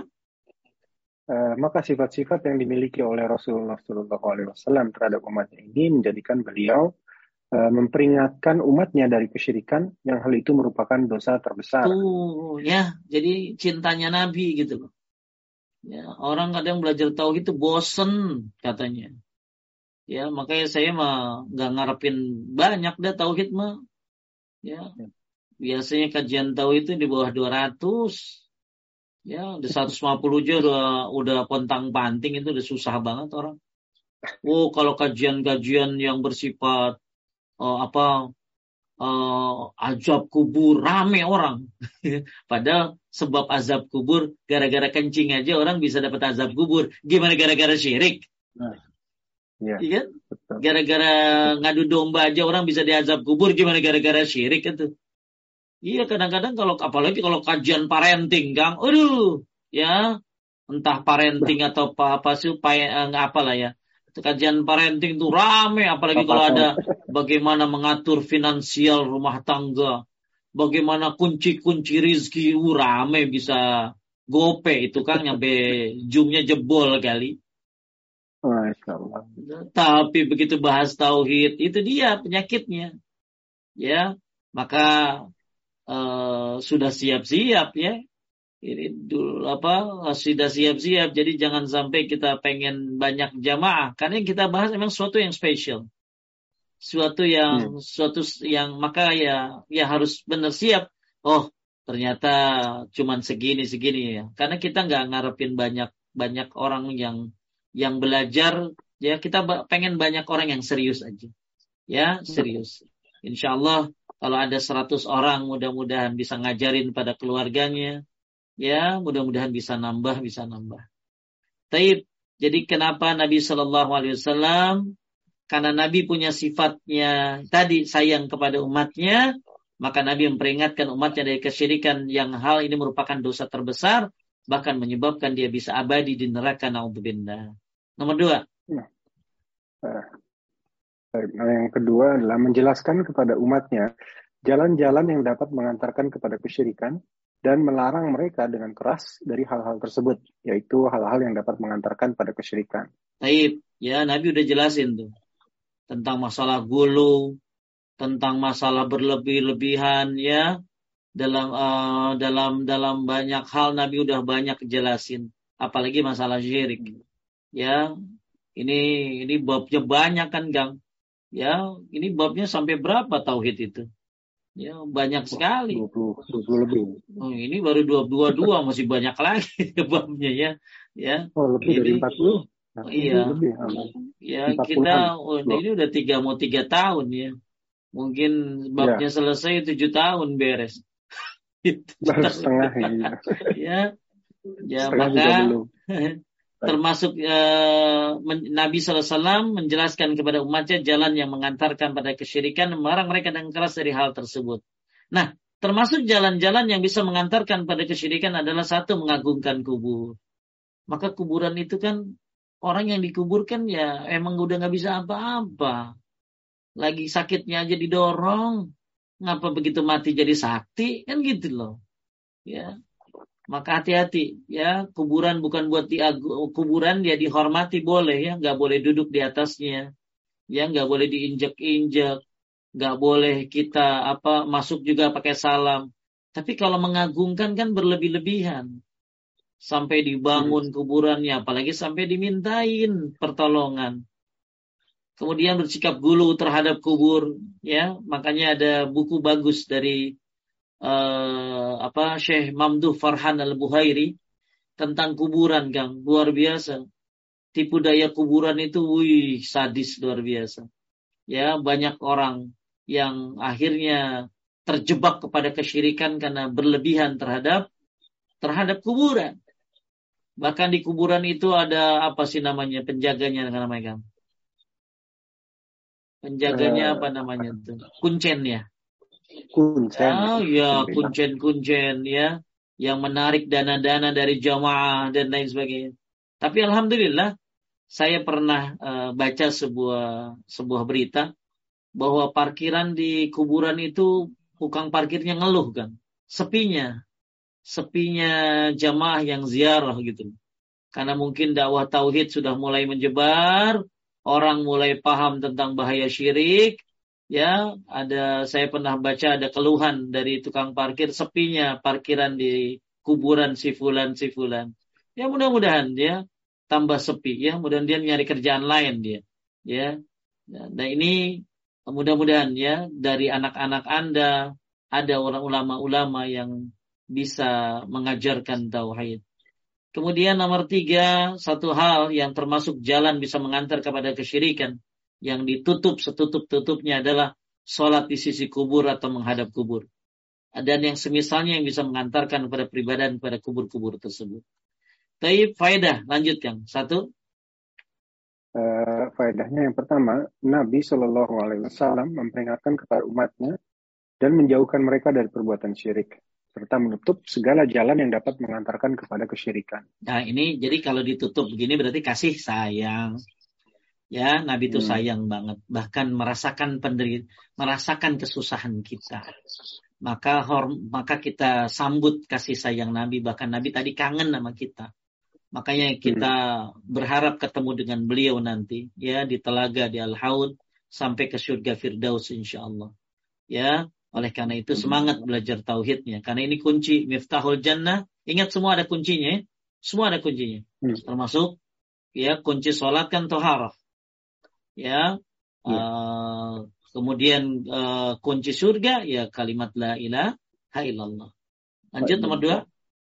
sifat-sifat yang dimiliki oleh Rasulullah SAW terhadap umatnya ini menjadikan beliau memperingatkan umatnya dari kesyirikan yang hal itu merupakan dosa terbesar.
Ya, jadi cintanya Nabi gitu loh. Ya, orang kadang belajar tauhid itu bosen katanya. Ya, makanya saya mah nggak ngarepin banyak dah tauhid mah. Ya, biasanya kajian tauhid itu di bawah 200. Ya, di 150 aja udah pontang-panting, itu udah susah banget orang. Kalau kajian-kajian yang bersifat azab kubur rame orang. Padahal sebab azab kubur gara-gara kencing aja orang bisa dapat azab kubur. Gimana gara-gara syirik? Iya kan? Gara-gara ngadu domba aja orang bisa diazab kubur. Gimana gara-gara syirik itu? Iya, kadang-kadang apalagi kalau kajian parenting, Kang. Ya, entah parenting atau apa supaya apalah ya. Kajian parenting itu rame, apalagi kalau ada bagaimana mengatur finansial rumah tangga, bagaimana kunci-kunci rizki, rame, bisa gope itu kan, nyampe zoomnya jebol kali. Tapi begitu bahas tauhid, itu dia penyakitnya. Ya, maka sudah siap-siap ya. Ini sudah siap-siap. Jadi jangan sampai kita pengen banyak jamaah, karena yang kita bahas memang sesuatu yang spesial, suatu yang maka ya harus benar siap. Ternyata cuman segini ya. Karena kita nggak ngarepin banyak orang yang belajar. Ya, kita pengen banyak orang yang serius aja. Ya, serius. Insyaallah Kalau ada 100 orang, mudah-mudahan bisa ngajarin pada keluarganya. Ya, mudah-mudahan bisa nambah. Taib. Jadi kenapa Nabi Shallallahu Alaihi Wasallam? Karena Nabi punya sifatnya tadi sayang kepada umatnya, maka Nabi memperingatkan umatnya dari kesyirikan yang hal ini merupakan dosa terbesar, bahkan menyebabkan dia bisa abadi di neraka. Naudzubillah. Nomor 2.
Nah, yang kedua adalah menjelaskan kepada umatnya jalan-jalan yang dapat mengantarkan kepada kesyirikan dan melarang mereka dengan keras dari hal-hal tersebut, yaitu hal-hal yang dapat mengantarkan pada kesyirikan.
Taib, ya Nabi udah jelasin tuh tentang masalah gulu, tentang masalah berlebih-lebihan, ya dalam banyak hal Nabi udah banyak jelasin, apalagi masalah syirik. Ya, ini babnya banyak kan, Gang. Ya, ini babnya sampai berapa tauhid itu? Ya, banyak sekali.
20 lebih.
Oh, ini baru 22 masih banyak lagi babnya ya. Ya.
Oh, lebih dari 40.
Nah, iya.
Lebih.
Ya, kita ini udah 3 tahun ya. Mungkin babnya selesai 7 tahun beres.
Baru setengah
ya. Ya, maka termasuk Nabi SAW menjelaskan kepada umatnya jalan yang mengantarkan pada kesyirikan dan melarang mereka dengan keras dari hal tersebut. Nah, termasuk jalan-jalan yang bisa mengantarkan pada kesyirikan adalah satu, mengagungkan kubur. Maka kuburan itu kan orang yang dikuburkan ya emang udah nggak bisa apa-apa. Lagi sakitnya aja didorong. Ngapa begitu mati jadi sakti? Kan gitu loh. Ya. Maka hati-hati ya, kuburan bukan buat kuburan dia dihormati boleh ya, nggak boleh duduk di atasnya, ya nggak boleh diinjak-injak, nggak boleh kita masuk juga pakai salam. Tapi kalau mengagungkan kan berlebih-lebihan, sampai dibangun kuburannya, apalagi sampai dimintain pertolongan. Kemudian bersikap gulu terhadap kubur, ya makanya ada buku bagus dari Syekh Mamduh Farhan Al-Buhairi tentang kuburan, Kang, luar biasa. Tipu daya kuburan itu sadis luar biasa. Ya, banyak orang yang akhirnya terjebak kepada kesyirikan karena berlebihan terhadap kuburan. Bahkan di kuburan itu ada penjaganya namanya, Kang? Penjaganya apa namanya tuh? Kuncen ya. Kuncen ya, yang menarik dana-dana dari jamaah dan lain sebagainya. Tapi alhamdulillah saya pernah baca sebuah berita bahwa parkiran di kuburan itu tukang parkirnya ngeluh, kan, sepinya jamaah yang ziarah gitu. Karena mungkin dakwah tauhid sudah mulai menyebar, orang mulai paham tentang bahaya syirik. Ya, saya pernah baca ada keluhan dari tukang parkir, sepinya parkiran di kuburan si fulan. Ya, mudah-mudahan dia tambah sepi ya, mudah-mudahan dia nyari kerjaan lain dia. Ya. Nah, ini mudah-mudahan ya dari anak-anak Anda ada orang ulama-ulama yang bisa mengajarkan tauhid. Kemudian nomor 3, satu hal yang termasuk jalan bisa mengantar kepada kesyirikan yang ditutup setutup-tutupnya adalah sholat di sisi kubur atau menghadap kubur. Dan yang semisalnya yang bisa mengantarkan kepada peribadahan kepada kubur-kubur tersebut. Tapi faedah, lanjutkan. 1.
Faedahnya yang pertama, Nabi Shallallahu Alaihi Wasallam memperingatkan kepada umatnya dan menjauhkan mereka dari perbuatan syirik, serta menutup segala jalan yang dapat mengantarkan kepada kesyirikan.
Nah, ini jadi kalau ditutup begini berarti kasih sayang. Ya, Nabi itu sayang banget, bahkan merasakan kesusahan kita. Maka kita sambut kasih sayang Nabi, bahkan Nabi tadi kangen sama kita. Makanya kita berharap ketemu dengan beliau nanti ya di telaga di Al-Haud sampai ke surga Firdaus insyaallah. Ya, oleh karena itu semangat belajar tauhidnya, karena ini kunci miftahul jannah. Ingat, semua ada kuncinya, semua ada kuncinya. Termasuk ya kunci salat kan thaharah. Ya. Kemudian kunci surga ya kalimat la ilaha illallah. Lanjut nomor 2.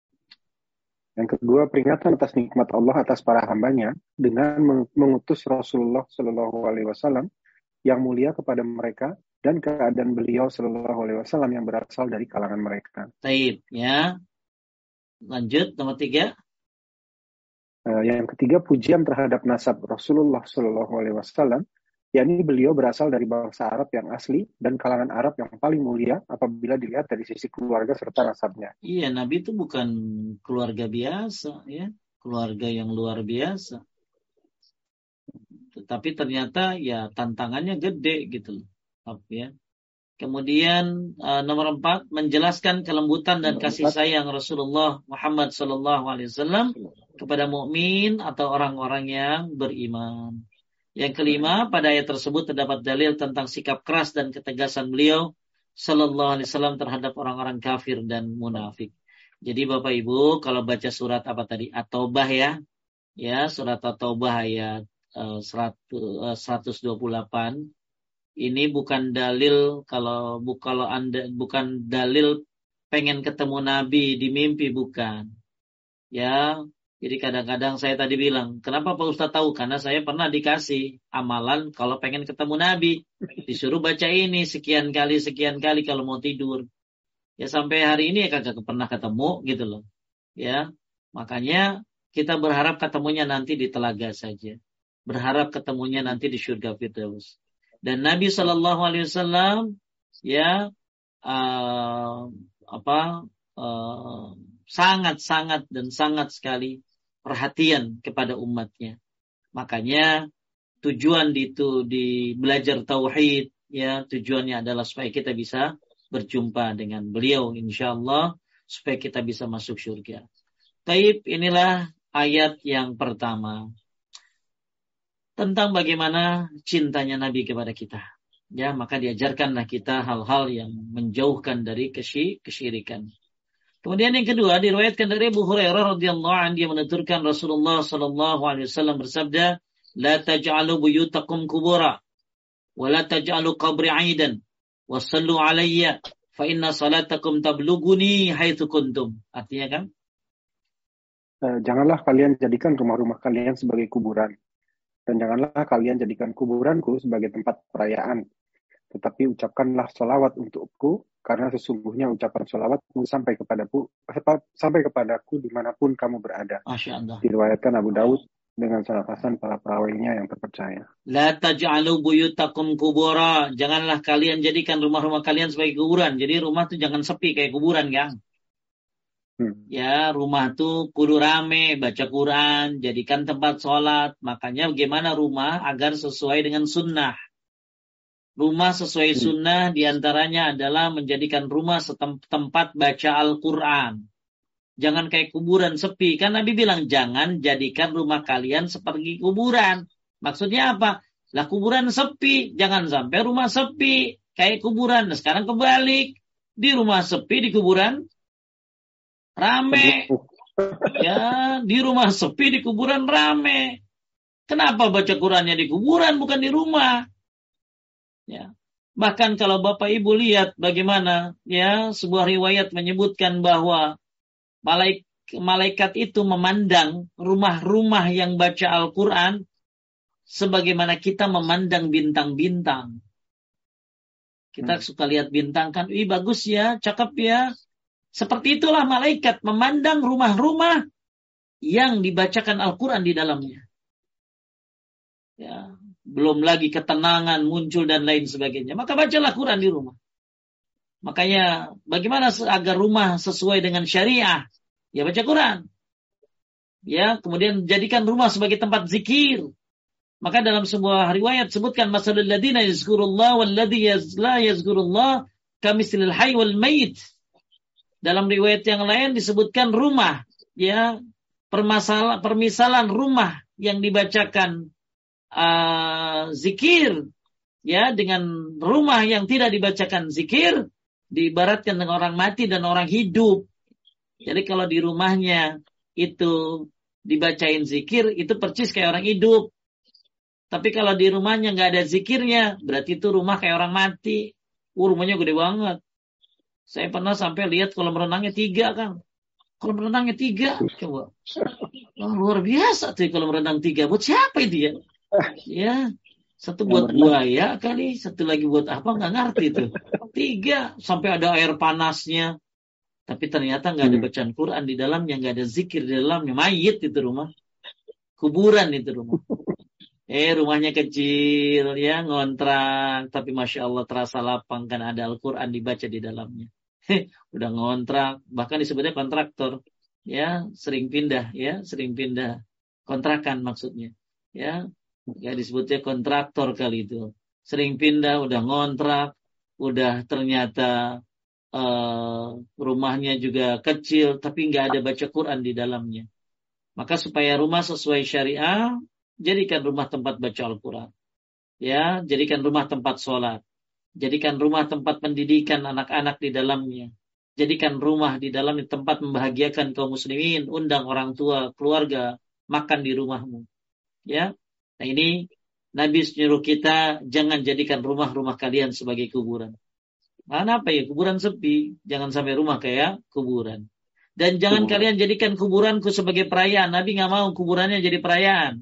Yang kedua, peringatan atas nikmat Allah atas para hambanya dengan mengutus Rasulullah Shallallahu Alaihi Wasallam yang mulia kepada mereka dan keadaan beliau Shallallahu Alaihi Wasallam yang berasal dari kalangan mereka.
Taib, ya. Lanjut, nomor 3.
Yang ketiga, pujian terhadap nasab Rasulullah Shallallahu Alaihi Wasallam, yakni beliau berasal dari bangsa Arab yang asli dan kalangan Arab yang paling mulia apabila dilihat dari sisi keluarga serta nasabnya.
Iya, Nabi itu bukan keluarga biasa, ya, keluarga yang luar biasa. Tetapi ternyata ya tantangannya gede gitu, ya. Kemudian nomor 4, menjelaskan kelembutan dan kasih sayang Rasulullah Muhammad SAW kepada mukmin atau orang-orang yang beriman. Yang kelima, pada ayat tersebut terdapat dalil tentang sikap keras dan ketegasan beliau Sallallahu Alaihi Wasallam terhadap orang-orang kafir dan munafik. Jadi Bapak Ibu, kalau baca surat apa tadi, At-Taubah, ya surat At-Taubah ayat 128. Ini bukan dalil kalau Anda bukan dalil pengen ketemu Nabi di mimpi, bukan. Ya, jadi kadang-kadang saya tadi bilang, kenapa Pak Ustadz tahu? Karena saya pernah dikasih amalan kalau pengen ketemu Nabi, disuruh baca ini sekian kali kalau mau tidur. Ya sampai hari ini ya kagak pernah ketemu gitu loh. Ya, makanya kita berharap ketemunya nanti di telaga saja. Berharap ketemunya nanti di surga Firdaus. Dan Nabi Shallallahu Alaihi Wasallam ya sangat dan sangat sekali perhatian kepada umatnya. Makanya tujuan di belajar tauhid, ya tujuannya adalah supaya kita bisa berjumpa dengan beliau insyaallah, supaya kita bisa masuk surga. Taib, inilah ayat yang pertama tentang bagaimana cintanya Nabi kepada kita. Ya, maka diajarkanlah kita hal-hal yang menjauhkan dari kesyirikan. Kemudian yang kedua, diriwayatkan dari Abu Hurairah radhiyallahu anhu, dia menuturkan Rasulullah sallallahu alaihi wasallam bersabda, "La taj'alu buyutakum qubura wa la taj'alu qabri 'aidan wa sallu 'alayya fa inna salatakum tablughuni haitsu kuntum." Artinya kan?
Janganlah kalian jadikan rumah-rumah kalian sebagai kuburan. Dan janganlah kalian jadikan kuburanku sebagai tempat perayaan. Tetapi ucapkanlah sholawat untukku, karena sesungguhnya ucapan sholawatmu sampai kepadaku dimanapun kamu berada.
Masya Allah.
Diriwayatkan Abu Daud dengan sanad hasan para perawinya yang terpercaya.
La taj'alu buyutakum kubura. Janganlah kalian jadikan rumah-rumah kalian sebagai kuburan. Jadi rumah tuh jangan sepi kayak kuburan, Kang. Ya, rumah tuh kudu rame, baca Quran, jadikan tempat sholat. Makanya bagaimana rumah agar sesuai dengan sunnah. Rumah sesuai sunnah diantaranya adalah menjadikan rumah tempat baca Al-Quran. Jangan kayak kuburan sepi. Kan Nabi bilang, jangan jadikan rumah kalian seperti kuburan. Maksudnya apa? Lah kuburan sepi. Jangan sampai rumah sepi kayak kuburan. Nah, sekarang kebalik. Di rumah sepi, di kuburan rame. Ya, di rumah sepi, di kuburan rame. Kenapa baca Qurannya di kuburan bukan di rumah? Ya. Bahkan kalau Bapak Ibu lihat bagaimana ya sebuah riwayat menyebutkan bahwa malaikat itu memandang rumah-rumah yang baca Al-Quran sebagaimana kita memandang bintang-bintang. Kita suka lihat bintang kan, bagus ya, cakep ya. Seperti itulah malaikat memandang rumah-rumah yang dibacakan Al-Quran di dalamnya. Ya, belum lagi ketenangan muncul dan lain sebagainya. Maka bacalah Quran di rumah. Makanya bagaimana agar rumah sesuai dengan syariah? Ya baca Quran. Ya, kemudian jadikan rumah sebagai tempat zikir. Maka dalam sebuah riwayat sebutkan masalul ladina yazkurullah wal ladzi la yazkurullah kamislil hayy wal mayit. Dalam riwayat yang lain disebutkan rumah, ya, permisalan rumah yang dibacakan zikir, ya, dengan rumah yang tidak dibacakan zikir, diibaratkan dengan orang mati dan orang hidup. Jadi kalau di rumahnya itu dibacain zikir, itu persis kayak orang hidup. Tapi kalau di rumahnya nggak ada zikirnya, berarti itu rumah kayak orang mati. Rumahnya gede banget. Saya pernah sampai lihat kolam renangnya 3, Kang. Kolam renangnya 3, coba. Luar biasa tuh kolam renang 3. Buat siapa itu ya? Ya, Satu buat buaya kali, satu lagi buat apa nggak ngerti tuh. 3 sampai ada air panasnya. Tapi ternyata nggak ada bacaan Quran di dalamnya, nggak ada zikir di dalamnya. Mayit itu rumah, kuburan itu rumah. Rumahnya kecil ya, ngontrak, tapi masya Allah terasa lapang kan ada Al-Quran dibaca di dalamnya. Udah ngontrak, bahkan disebutnya kontraktor, ya sering pindah kontrakan maksudnya, ya disebutnya kontraktor kali itu, sering pindah, udah ngontrak, udah ternyata rumahnya juga kecil, tapi nggak ada baca Quran di dalamnya. Maka supaya rumah sesuai syariah, jadikan rumah tempat baca Al-Quran. Ya, jadikan rumah tempat sholat. Jadikan rumah tempat pendidikan anak-anak di dalamnya. Jadikan rumah di dalamnya tempat membahagiakan kaum muslimin. Undang orang tua, keluarga, makan di rumahmu. Ya, nah ini Nabi menyuruh kita jangan jadikan rumah-rumah kalian sebagai kuburan. Mana apa ya, kuburan sepi. Jangan sampai rumah kayak kuburan. Dan jangan kalian jadikan kuburanku sebagai perayaan. Nabi nggak mau kuburannya jadi perayaan.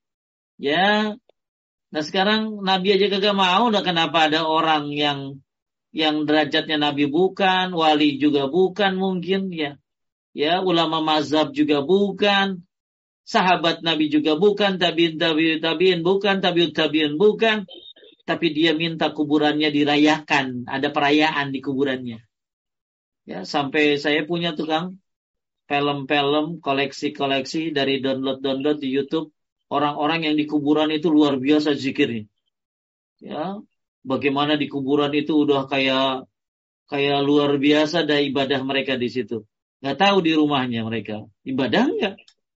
Ya, nah sekarang Nabi aja kagak mau. Nah kenapa ada orang yang derajatnya Nabi bukan, wali juga bukan mungkin ya. Ya, ulama mazhab juga bukan, sahabat Nabi juga bukan, tabiin bukan, tabiin bukan. Tapi dia minta kuburannya dirayakan, ada perayaan di kuburannya. Ya, sampai saya punya tukang film-film, koleksi-koleksi dari download di YouTube. Orang-orang yang di kuburan itu luar biasa zikirnya. Ya, bagaimana di kuburan itu udah kayak luar biasa dah ibadah mereka di situ. Nggak tahu di rumahnya mereka ibadah nggak.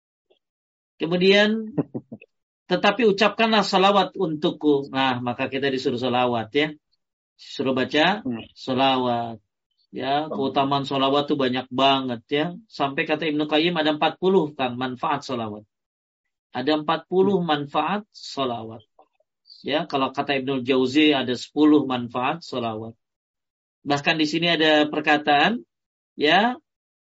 Kemudian, tetapi ucapkanlah salawat untukku. Nah, maka kita disuruh salawat ya. Disuruh baca salawat. Ya, keutamaan salawat tuh banyak banget ya. Sampai kata Ibnu Qayyim ada 40 kan manfaat salawat. Ada 40 manfaat salawat. Ya, kalau kata Ibnu Jauzi ada 10 manfaat salawat. Bahkan di sini ada perkataan ya,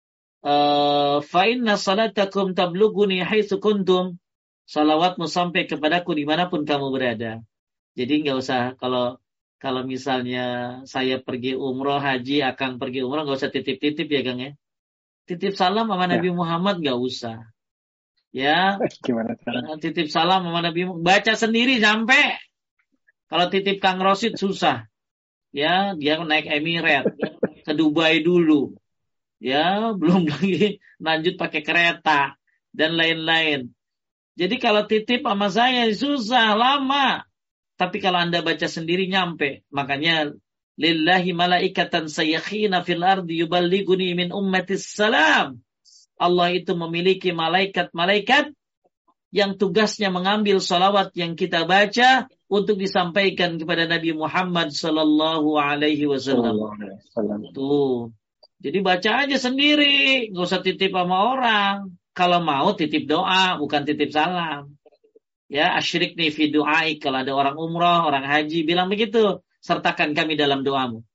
fa inna salatakum tablughuni haitsu kuntum. Salawatmu sampai kepadaku dimanapun kamu berada. Jadi nggak usah kalau misalnya saya pergi umroh, haji, Akang pergi umroh, nggak usah titip-titip ya Kang ya. Titip salam sama Nabi Muhammad nggak usah. Ya,
gimana cara?
Titip salam sama Nabi Muhammad. Baca sendiri sampai. Kalau titip Kang Rosid susah. Ya, dia naik Emirates ke Dubai dulu. Ya, belum lagi lanjut pakai kereta dan lain-lain. Jadi kalau titip sama saya susah, lama. Tapi kalau Anda baca sendiri nyampe. Makanya lillahi malaikatan sayakhina fil ardi yuballighuni min ummatis salam. Allah itu memiliki malaikat-malaikat yang tugasnya mengambil salawat yang kita baca untuk disampaikan kepada Nabi Muhammad sallallahu alaihi wasallam. Tuh. Jadi baca aja sendiri, enggak usah titip sama orang. Kalau mau titip doa, bukan titip salam. Ya, asyrikni fi du'aik. Kalau ada orang umrah, orang haji, bilang begitu. Sertakan kami dalam doamu.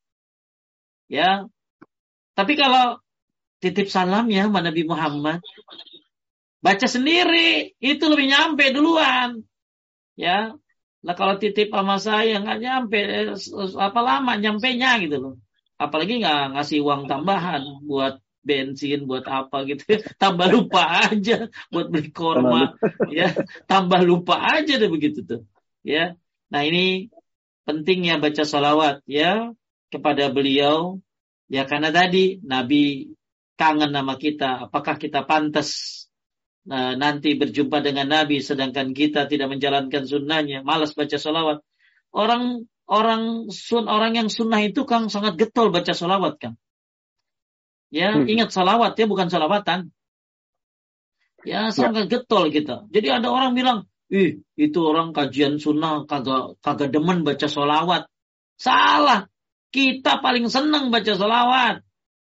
Ya. Tapi kalau titip salamnya sama Nabi Muhammad, baca sendiri. Itu lebih nyampe duluan. Ya. Lah kalau titip sama saya, nggak nyampe. Apa lama nyampenya gitu loh. Apalagi nggak ngasih uang tambahan buat bensin, buat apa gitu, tambah lupa aja buat beli korma, ya, tambah lupa aja deh begitu tuh, ya. Nah ini pentingnya baca salawat ya kepada beliau, ya karena tadi Nabi kangen sama kita, apakah kita pantas nanti berjumpa dengan Nabi sedangkan kita tidak menjalankan sunnahnya, malas baca salawat. Orang yang sunnah itu Kang sangat getol baca salawat Kang. Ya, ingat salawat ya, bukan salawatan. Ya, sangat getol kita. Jadi ada orang bilang, itu orang kajian sunnah kagak demen baca salawat. Salah. Kita paling senang baca salawat.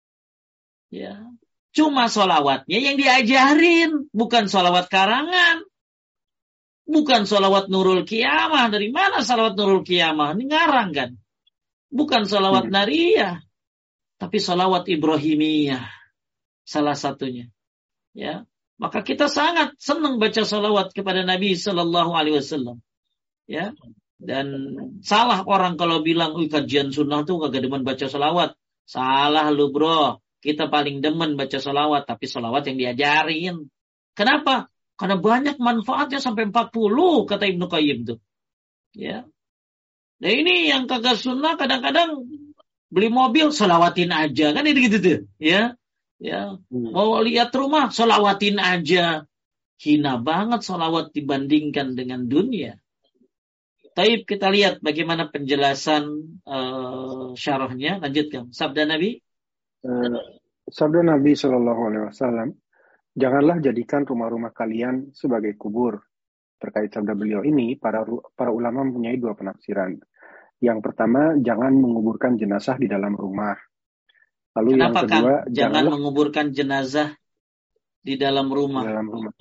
Ya. Cuma salawatnya yang diajarin, bukan salawat karangan. Bukan salawat Nurul Qiyamah. Dari mana salawat Nurul Qiyamah? Ini ngarang kan. Bukan salawat Nariyah. Tapi salawat Ibrahimiyah salah satunya, ya. Maka kita sangat senang baca salawat kepada Nabi Sallallahu Alaihi Wasallam, ya. Dan salah orang kalau bilang, kajian sunnah tuh kagak demen baca sholawat. Salah lu bro. Kita paling demen baca sholawat, tapi sholawat yang diajarin. Kenapa? Karena banyak manfaatnya sampai 40, kata Ibnu Qayyim tuh. Ya. Nah ini yang kagak sunnah kadang-kadang beli mobil, sholawatin aja. Kan itu gitu tuh. Ya. Ya. Mau lihat rumah, sholawatin aja. Hina banget sholawat dibandingkan dengan dunia. Taib, kita lihat bagaimana penjelasan syarahnya. Lanjutkan. Sabda Nabi.
Sabda Nabi Shallallahu Alaihi Wasallam, janganlah jadikan rumah-rumah kalian sebagai kubur. Terkait sabda beliau ini, para ulama mempunyai dua penafsiran. Yang pertama, jangan menguburkan jenazah di dalam rumah. Lalu
Kenapa,
yang kedua,
Kang? Jangan menguburkan jenazah di dalam rumah.
Di dalam rumah.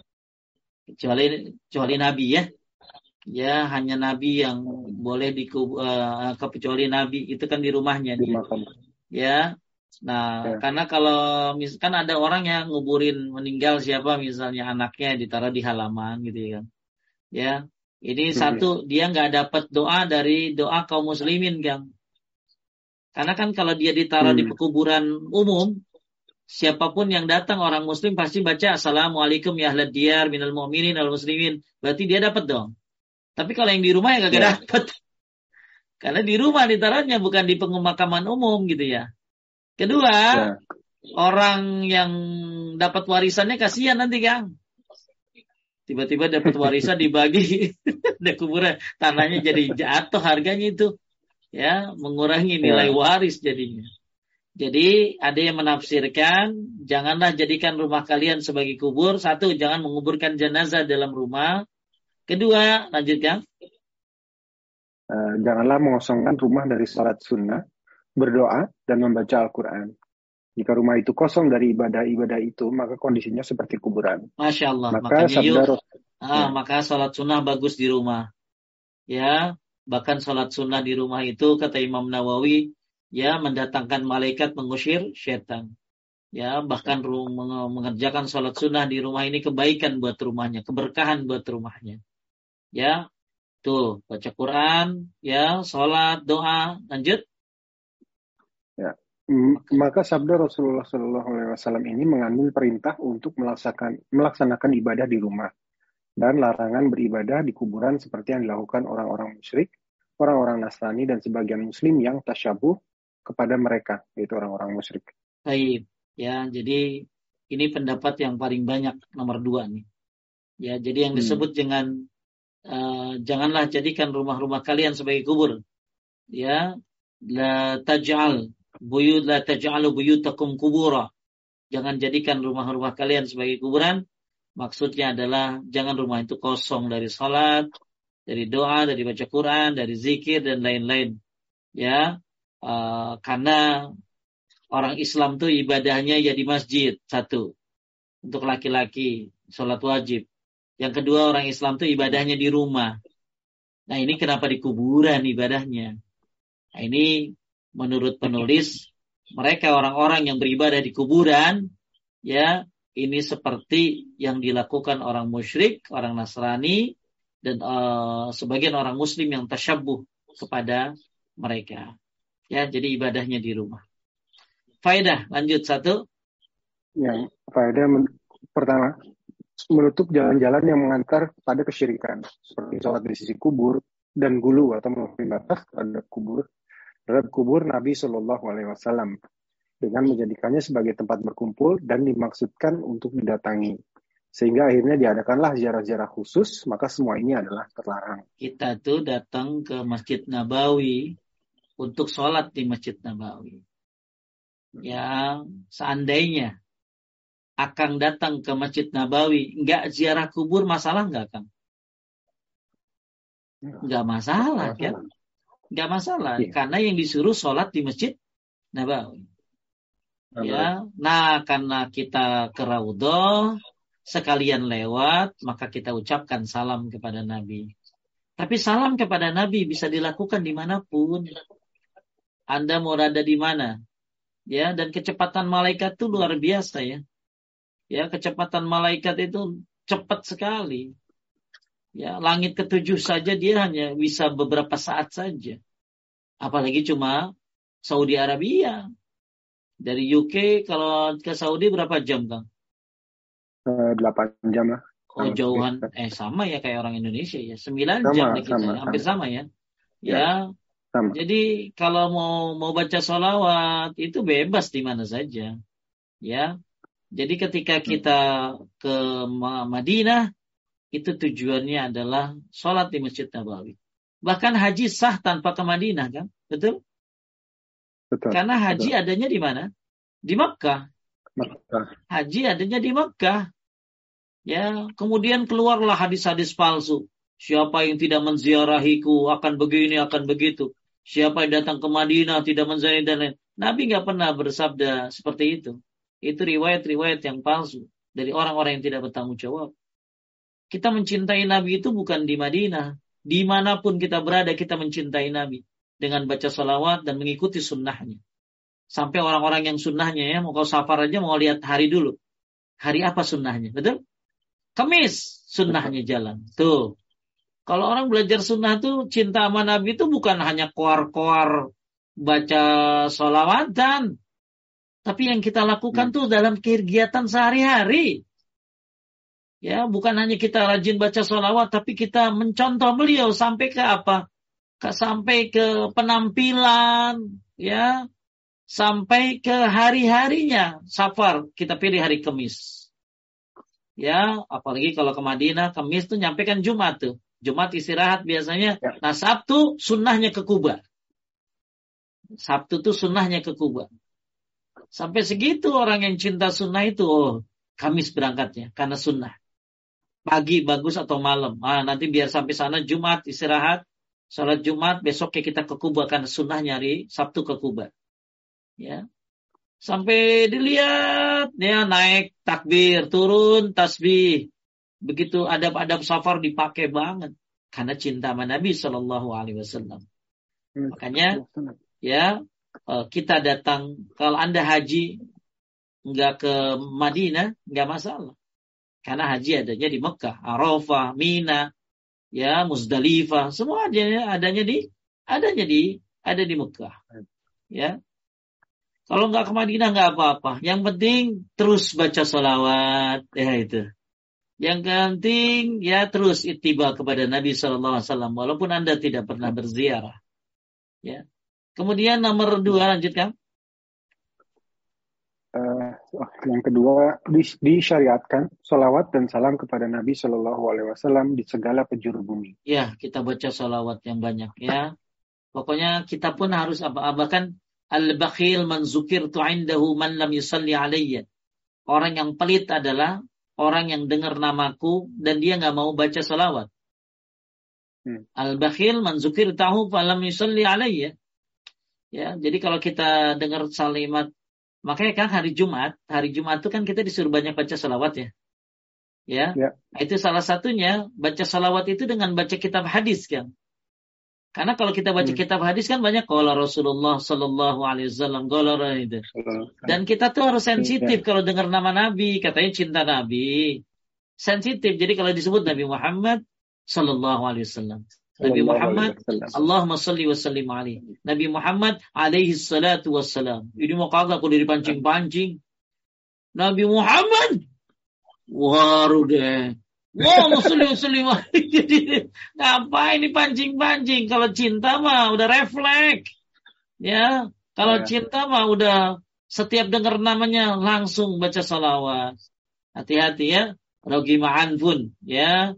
Kecuali Nabi ya. Ya, hanya Nabi yang boleh kecuali Nabi itu kan di rumahnya dia. Ya. Nah, karena kalau misalkan ada orang yang nguburin meninggal siapa misalnya anaknya ditaruh di halaman gitu ya kan. Ya. Ini satu, dia nggak dapat doa dari doa kaum muslimin, Kang. Karena kan kalau dia ditaruh di pekuburan umum, siapapun yang datang orang muslim pasti baca Assalamualaikum ya ahlad diyar minal mu'minin al muslimin. Berarti dia dapat dong. Tapi kalau yang di rumah ya gak dapat. Karena di rumah ditaruhnya bukan di pemakaman umum gitu ya. Kedua, orang yang dapat warisannya kasihan nanti, Kang. Tiba-tiba dapat warisan dibagi di kuburan, tanahnya jadi jatuh harganya itu. Ya, mengurangi nilai waris jadinya. Jadi ada yang menafsirkan, janganlah jadikan rumah kalian sebagai kubur. Satu, jangan menguburkan jenazah dalam rumah. Kedua, lanjutkan.
Janganlah mengosongkan rumah dari salat sunnah, berdoa, dan membaca Al-Quran. Jika rumah itu kosong dari ibadah-ibadah itu, maka kondisinya seperti kuburan.
Masya Allah. Maka salat sunnah bagus di rumah. Ya, bahkan salat sunnah di rumah itu, kata Imam Nawawi, ya mendatangkan malaikat mengusir syaitan. Ya, bahkan mengerjakan salat sunnah di rumah ini kebaikan buat rumahnya, keberkahan buat rumahnya. Ya, tuh baca Quran, ya, salat, doa, lanjut.
Ya, maka sabda Rasulullah Shallallahu Alaihi Wasallam ini mengandung perintah untuk melaksanakan ibadah di rumah dan larangan beribadah di kuburan seperti yang dilakukan orang-orang musyrik, orang-orang Nasrani dan sebagian Muslim yang tasyabuh kepada mereka, yaitu orang-orang musyrik.
Baik, ya, jadi ini pendapat yang paling banyak nomor 2 nih. Ya, jadi yang disebut janganlah jadikan rumah-rumah kalian sebagai kubur. Ya, la taj'alu buyutakum kubura. Jangan jadikan rumah-rumah kalian sebagai kuburan. Maksudnya adalah jangan rumah itu kosong dari salat, dari doa, dari baca Quran, dari zikir dan lain-lain. Ya, karena orang Islam tuh ibadahnya ya di masjid, satu. Untuk laki-laki, sholat wajib. Yang kedua, orang Islam tuh ibadahnya di rumah. Nah, ini kenapa di kuburan ibadahnya? Nah, ini menurut penulis, mereka orang-orang yang beribadah di kuburan, ya, ini seperti yang dilakukan orang musyrik, orang Nasrani, dan sebagian orang Muslim yang tasyabuh kepada mereka. Ya, jadi ibadahnya di rumah. Faedah, lanjut satu.
Yang faedah pertama, menutup jalan-jalan yang mengantar pada kesyirikan, seperti sholat di sisi kubur dan gulu atau melampaui batas terhadap kubur Nabi Shallallahu Alaihi Wasallam dengan menjadikannya sebagai tempat berkumpul dan dimaksudkan untuk didatangi. Sehingga akhirnya diadakanlah ziarah-ziarah khusus, maka semua ini adalah terlarang.
Kita tuh datang ke Masjid Nabawi untuk sholat di Masjid Nabawi. Ya, seandainya Akang datang ke Masjid Nabawi, nggak ziarah kubur, masalah nggak, Kang? Nggak masalah, kan? Nggak masalah, karena yang disuruh sholat di Masjid Nabawi. Ya, nah karena kita ke Raudhah, sekalian lewat, maka kita ucapkan salam kepada Nabi. Tapi salam kepada Nabi bisa dilakukan dimanapun. Anda mau berada di mana? Ya, dan kecepatan malaikat itu luar biasa ya. Ya, kecepatan malaikat itu cepat sekali. Ya, langit ketujuh saja dia hanya bisa beberapa saat saja. Apalagi cuma Saudi Arabia. Dari UK kalau ke Saudi berapa jam, Kang?
8 jam lah.
Oh,
Sama
jauhan.
sekitar.
Sama ya kayak orang Indonesia ya. 9
Sama,
jam deh kita.
sama,
Ya. Hampir sama ya.
Ya,
Ya,
sama.
jadi kalau mau baca sholawat itu bebas di mana saja. Ya, jadi ketika kita ke Madinah itu tujuannya adalah sholat di Masjid Nabawi. Bahkan haji sah tanpa ke Madinah kan, betul?
Betul.
Karena haji
Betul.
adanya di mana? Di Mekkah.
Mekkah.
Haji adanya di Mekkah. Ya, kemudian keluarlah hadis-hadis palsu. Siapa yang tidak menziarahiku akan begini, akan begitu. Siapa yang datang ke Madinah tidak menziarahi dan lain. Nabi nggak pernah bersabda seperti itu. Itu riwayat-riwayat yang palsu dari orang-orang yang tidak bertanggung jawab. Kita mencintai Nabi itu bukan di Madinah. Dimanapun kita berada, kita mencintai Nabi. Dengan baca salawat dan mengikuti sunnahnya. Sampai orang-orang yang sunnahnya ya, mau kau safar aja mau lihat hari dulu. Hari apa sunnahnya, betul? Kamis sunnahnya jalan. Tuh. Kalau orang belajar sunnah tuh cinta sama Nabi itu bukan hanya koar-koar baca sholawatan. Tapi yang kita lakukan tuh dalam kegiatan sehari-hari. Ya, bukan hanya kita rajin baca sholawat, tapi kita mencontoh beliau sampai ke apa? Sampai ke penampilan, ya, sampai ke hari-harinya. Safar kita pilih hari Kamis. Ya, apalagi kalau ke Madinah, Kamis tuh nyampe kan Jumat tuh. Jumat istirahat biasanya.
Ya.
Nah, Sabtu sunnahnya ke Kuba. Sabtu tuh sunnahnya ke Kuba. Sampai segitu orang yang cinta sunnah itu, oh, Kamis berangkatnya karena sunnah. Pagi bagus atau malam. Nanti biar sampai sana Jumat istirahat. Salat Jumat, besoknya kita ke Kuba karena sunnahnya hari Sabtu ke Kuba. Ya. Sampai dilihat ya naik takbir, turun tasbih. Begitu adab-adab safar dipakai banget karena cinta sama Nabi Shallallahu Alaihi Wasallam. Makanya ya kita datang, kalau Anda haji nggak ke Madinah nggak masalah karena haji adanya di Mekah, Arafah, Mina, ya Muzdalifah, semua adanya di Mekah. Ya. Kalau nggak ke Madinah nggak apa-apa. Yang penting terus baca sholawat. Ya itu. Yang penting ya terus ittiba kepada Nabi SAW. Walaupun Anda tidak pernah berziarah. Ya. Kemudian nomor 2 lanjutkan.
Yang kedua disyariatkan sholawat dan salam kepada Nabi SAW di segala penjuru bumi.
Ya, kita baca sholawat yang banyak ya. Pokoknya kita pun harus bahkan al-bakhil man zukirtu indahu man lam yusalli alayya. Orang yang pelit adalah orang yang dengar namaku dan dia nggak mau baca salawat. Al-bakhil man zukirtahu falam yusalli alayya. Ya, jadi kalau kita dengar kalimat, makanya kan hari Jumat itu kan kita disuruh banyak baca salawat ya. Ya. Itu salah satunya baca salawat itu dengan baca kitab hadis kan. Karena kalau kita baca kitab hadis kan banyak qala Rasulullah sallallahu alaihi wasallam itu. Dan kita tuh harus sensitif kalau dengar nama Nabi, katanya cinta Nabi. Sensitif. Jadi kalau disebut Nabi Muhammad sallallahu alaihi wasallam, Nabi Muhammad Allahumma shalli wa sallim alaihi. Nabi Muhammad alaihi salatu wassalam. Ini mau kagak aku dipancing-pancing. Nabi Muhammad waru deh. Wah, muslim. Jadi ngapain ini pancing-pancing? Kalau cinta mah udah refleks. Ya, kalau cinta mah udah setiap dengar namanya langsung baca salawat. Hati-hati ya. Rogi ma'an pun ya.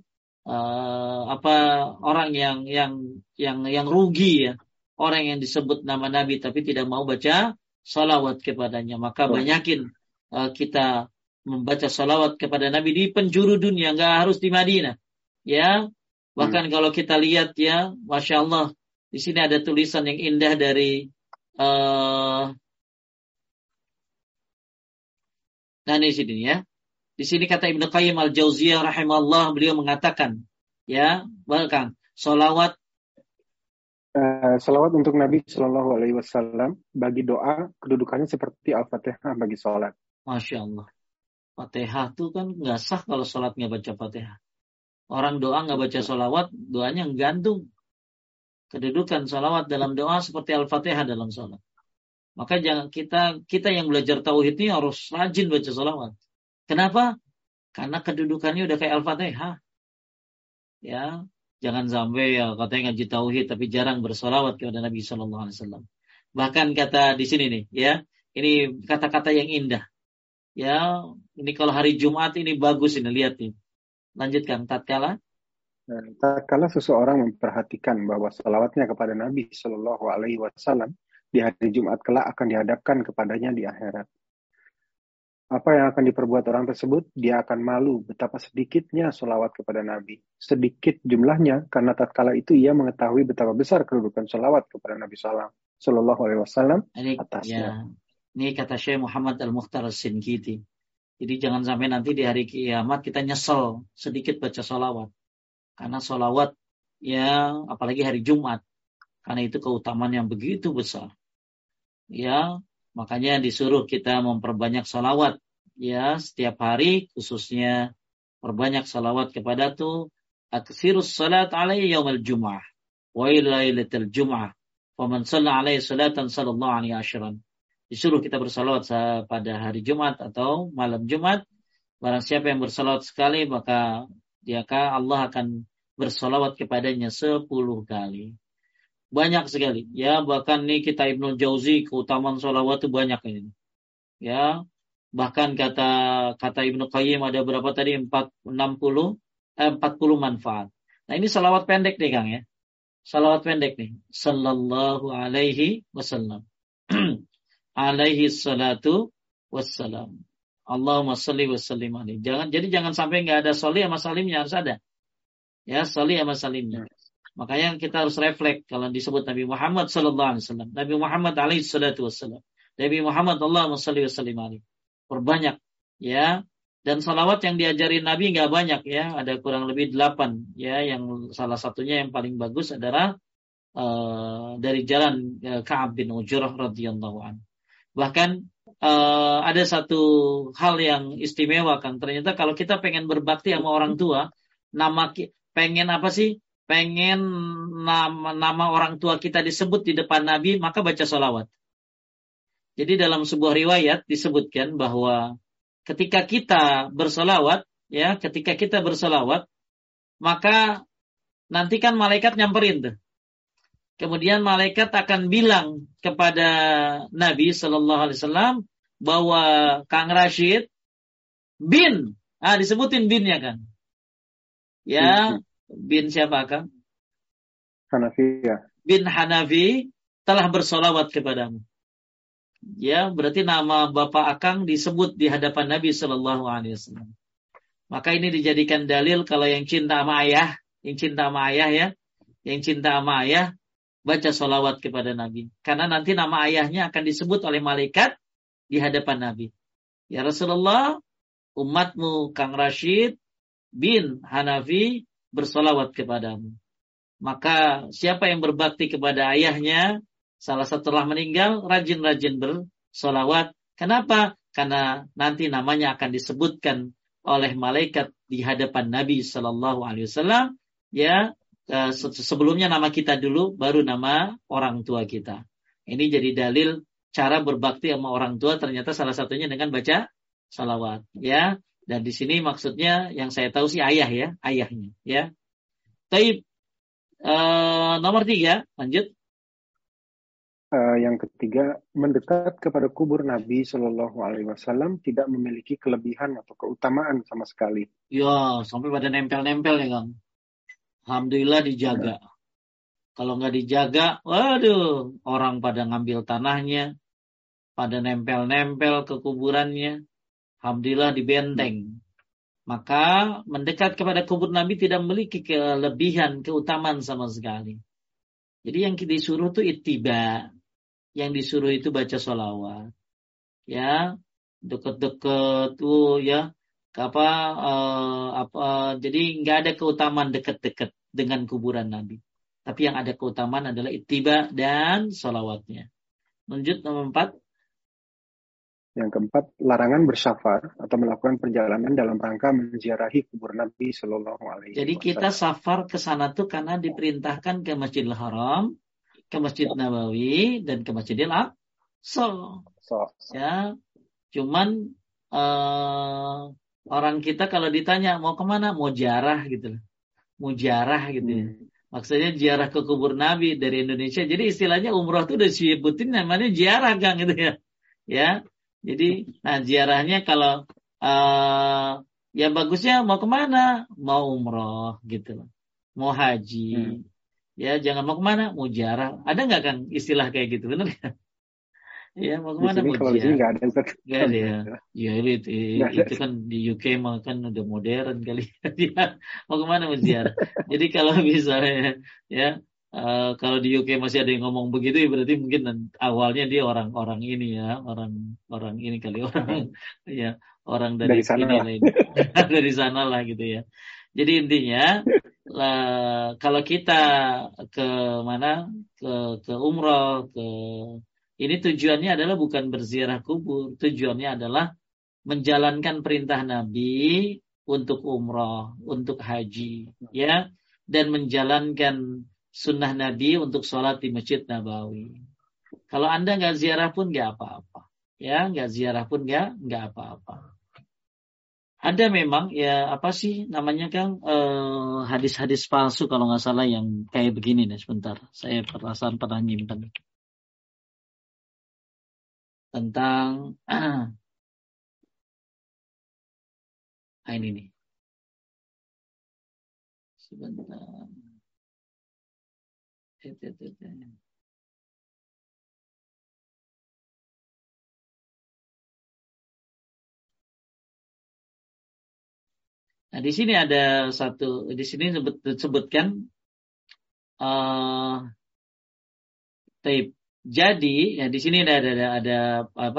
Orang yang rugi ya. Orang yang disebut nama Nabi tapi tidak mau baca salawat kepadanya. Maka banyakin kita membaca salawat kepada Nabi di penjuru dunia, nggak harus di Madinah. Ya, bahkan kalau kita lihat ya, Masya Allah, di sini ada tulisan yang indah dari di sini ya. Di sini kata Ibnu Qayyim al-Jauziyah rahimahullah, beliau mengatakan, ya, bahkan salawat
untuk Nabi Shallallahu Alaihi Wasallam bagi doa kedudukannya seperti Al-Fatihah bagi sholat.
Masya Allah. Fatihah itu kan nggak sah kalau sholat nggak baca Fatihah. Orang doa nggak baca sholawat, doanya gantung. Kedudukan sholawat dalam doa seperti Al-Fatihah dalam sholat. Maka jangan kita yang belajar tauhid ini harus rajin baca sholawat. Kenapa? Karena kedudukannya udah kayak Al-Fatihah. Ya, jangan sampai ya katanya ngaji tauhid tapi jarang bersolawat kepada Nabi Sallallahu Alaihi Wasallam. Bahkan kata di sini nih, ya, ini kata-kata yang indah. Ya, ini kalau hari Jumat ini bagus ini, lihat nih. Lanjutkan, tatkala
Tatkala seseorang memperhatikan bahwa salawatnya kepada Nabi Shallallahu Alaihi Wasallam di hari Jumat kelak akan dihadapkan kepadanya di akhirat. Apa yang akan diperbuat orang tersebut? Dia akan malu betapa sedikitnya salawat kepada Nabi. Sedikit jumlahnya karena tatkala itu ia mengetahui betapa besar kedudukan salawat kepada Nabi Shallallahu Alaihi Wasallam atasnya.
ya, ini kata Syekh Muhammad Al-Mukhtar As-Sinkiti. Jadi jangan sampai nanti di hari kiamat kita nyesel sedikit baca salawat. Karena salawat, ya, apalagi hari Jumat. Karena itu keutamaan yang begitu besar. Ya, makanya disuruh kita memperbanyak salawat. Ya, setiap hari khususnya perbanyak salawat kepada tuh aksirus salat alaihi yaumal jum'ah wa lailatul jum'ah. Faman shalla alaihi salatan sallallahu alaihi asyran. Disuruh kita bersalawat pada hari Jumat atau malam Jumat. Barang siapa yang bersalawat sekali maka Allah akan bersalawat kepadanya 10 kali. Banyak sekali. Ya, bahkan nih kita Ibnu Jauzi keutamaan salawat itu banyak ini. Ya, bahkan kata Ibnu Qayyim ada berapa tadi 40 manfaat. Nah, ini salawat pendek nih Kang ya. Salawat pendek nih. Sallallahu alaihi wasallam. Alaihi salatu wassalam. Allahumma salli wa sallim alaihi. Jangan sampai enggak ada sholli sama salimnya, harus ada. Ya, sholli sama salimnya. Makanya kita harus refleks kalau disebut Nabi Muhammad sallallahu alaihi wasallam, Nabi Muhammad alaihi salatu wassalam, Nabi Muhammad Allahumma shalli wa sallim alaihi. Perbanyak ya. Dan salawat yang diajarin Nabi enggak banyak ya, ada kurang lebih 8 ya, yang salah satunya yang paling bagus adalah dari jalan Ka'ab bin Ujrah radhiyallahu anhu. Bahkan ada satu hal yang istimewa Kang, ternyata kalau kita pengen berbakti sama orang tua, pengen apa sih? Pengen nama orang tua kita disebut di depan Nabi, maka baca salawat. Jadi dalam sebuah riwayat disebutkan bahwa ketika kita bersalawat, maka nanti kan malaikat nyamperin tuh. Kemudian malaikat akan bilang kepada Nabi Sallallahu Alaihi Wasallam bahwa Kang Rashid bin, disebutin binnya kan? Ya, bin siapa Kang?
Hanafiyah.
Bin Hanafi telah bersolawat kepadamu. Ya, berarti nama bapak Akang disebut di hadapan Nabi Sallallahu Alaihi Wasallam. Maka ini dijadikan dalil kalau yang cinta sama ayah baca solawat kepada Nabi. Karena nanti nama ayahnya akan disebut oleh malaikat di hadapan Nabi. Ya Rasulullah, umatmu Kang Rashid bin Hanafi bersolawat kepadamu. Maka siapa yang berbakti kepada ayahnya, salah satu telah meninggal, rajin-rajin bersolawat. Kenapa? Karena nanti namanya akan disebutkan oleh malaikat di hadapan Nabi Sallallahu Alaihi Wasallam. Ya, sebelumnya nama kita dulu, baru nama orang tua kita. Ini jadi dalil cara berbakti sama orang tua, ternyata salah satunya dengan baca salawat. Ya, dan di sini maksudnya yang saya tahu sih ayahnya. Ya. Taib. Nomor 3, lanjut.
Yang ketiga, mendekat kepada kubur Nabi Shallallahu Alaihi Wasallam tidak memiliki kelebihan atau keutamaan sama sekali.
Ya, sampai pada nempel-nempel ya Kang. Alhamdulillah dijaga. Ya. Kalau nggak dijaga, waduh, orang pada ngambil tanahnya, pada nempel-nempel ke kuburannya. Alhamdulillah dibenteng. Maka mendekat kepada kubur Nabi tidak memiliki kelebihan, keutamaan sama sekali. Jadi yang disuruh itu ittiba. Yang disuruh itu baca sholawat. Ya, deket-deket tuh ya. Jadi nggak ada keutamaan deket-deket dengan kuburan Nabi. Tapi yang ada keutamaan adalah ittiba dan sholawatnya. Lanjut nomor 4.
Yang keempat, larangan bersafar atau melakukan perjalanan dalam rangka menziarahi kubur Nabi Shallallahu Alaihi
Jadi kita
Wasallam.
safar ke sana tuh karena diperintahkan ke Masjidil Haram, ke Masjid Nabawi, dan ke Masjidil Aqsa. Ya, cuman orang kita kalau ditanya mau kemana, mau ziarah gitu, mau ziarah gitu ya. Maksudnya ziarah ke kubur Nabi dari Indonesia. Jadi istilahnya umroh itu udah disebutin namanya ziarah Kang gitu ya. Ya, jadi nah ziarahnya kalau ya bagusnya mau kemana? Mau umroh gitu loh. Mau haji. Ya jangan mau kemana? Mau ziarah. Ada nggak Kang istilah kayak gitu, benar nggak? Ya mau
Di
kemana?
sini
Mau
kalau di sini
ziarah.
nggak ada Ustaz.
Gak ada ya. Ya itu kan di UK mah kan udah modern kali. Dia mau kemana mau ziarah. Jadi kalau misalnya ya kalau di UK masih ada yang ngomong begitu ya berarti mungkin awalnya dia orang-orang ini ya, orang ini kali orang ya orang dari
Dari sana
ini
lah.
lain dari sana lah gitu ya. Jadi intinya kalau kita ke mana ke umroh ke ini tujuannya adalah bukan berziarah kubur, tujuannya adalah menjalankan perintah Nabi untuk umrah, untuk haji, ya, dan menjalankan sunnah Nabi untuk sholat di Masjid Nabawi. Kalau Anda nggak ziarah pun nggak apa-apa, ya, nggak ziarah pun nggak apa-apa. Ada memang ya apa sih namanya Kang hadis-hadis palsu kalau nggak salah yang kayak begini nih sebentar, saya perasaan pernah nyimpen tentang ini nih. Sebentar. Nah, di sini ada satu, di sini disebutkan tape. Jadi, ya di sini ada apa?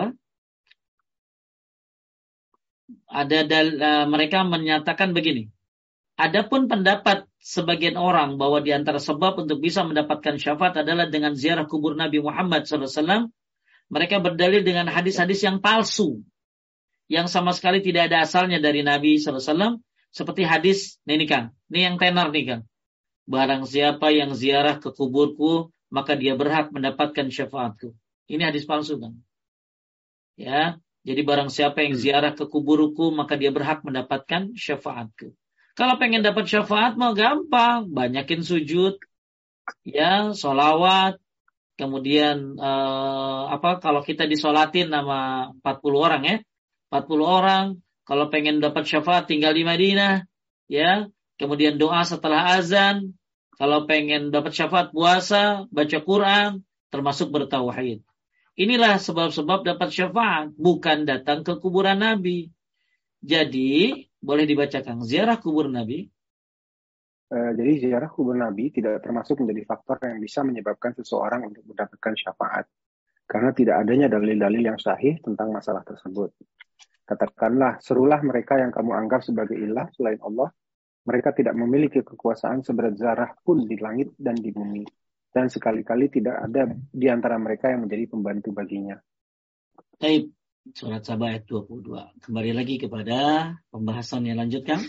Mereka menyatakan begini. Adapun pendapat sebagian orang bahwa di antara sebab untuk bisa mendapatkan syafaat adalah dengan ziarah kubur Nabi Muhammad SAW, mereka berdalil dengan hadis-hadis yang palsu, yang sama sekali tidak ada asalnya dari Nabi SAW, seperti hadis, ini Kang, ini yang tenar nih Kang. Barang siapa yang ziarah ke kuburku, maka dia berhak mendapatkan syafaatku. Ini hadis palsu Kang. Ya, jadi barang siapa yang ziarah ke kuburku, maka dia berhak mendapatkan syafaatku. Kalau pengen dapat syafaat mau gampang, banyakin sujud, ya, sholawat, kemudian kalau kita disolatin sama 40 orang ya, 40 orang, kalau pengen dapat syafaat tinggal di Madinah, ya, kemudian doa setelah azan, kalau pengen dapat syafaat puasa, baca Quran, termasuk bertauhid. Inilah sebab-sebab dapat syafaat, bukan datang ke kuburan Nabi. Jadi, boleh dibacakan ziarah kubur Nabi.
Jadi ziarah kubur Nabi tidak termasuk menjadi faktor yang bisa menyebabkan seseorang untuk mendapatkan syafaat. Karena tidak adanya dalil-dalil yang sahih tentang masalah tersebut. Katakanlah, serulah mereka yang kamu anggap sebagai ilah selain Allah. Mereka tidak memiliki kekuasaan seberat zarah pun di langit dan di bumi. Dan sekali-kali tidak ada di antara mereka yang menjadi pembantu baginya.
Baik, surat Sabah ayat 22. Kembali lagi kepada pembahasan yang lanjutkan.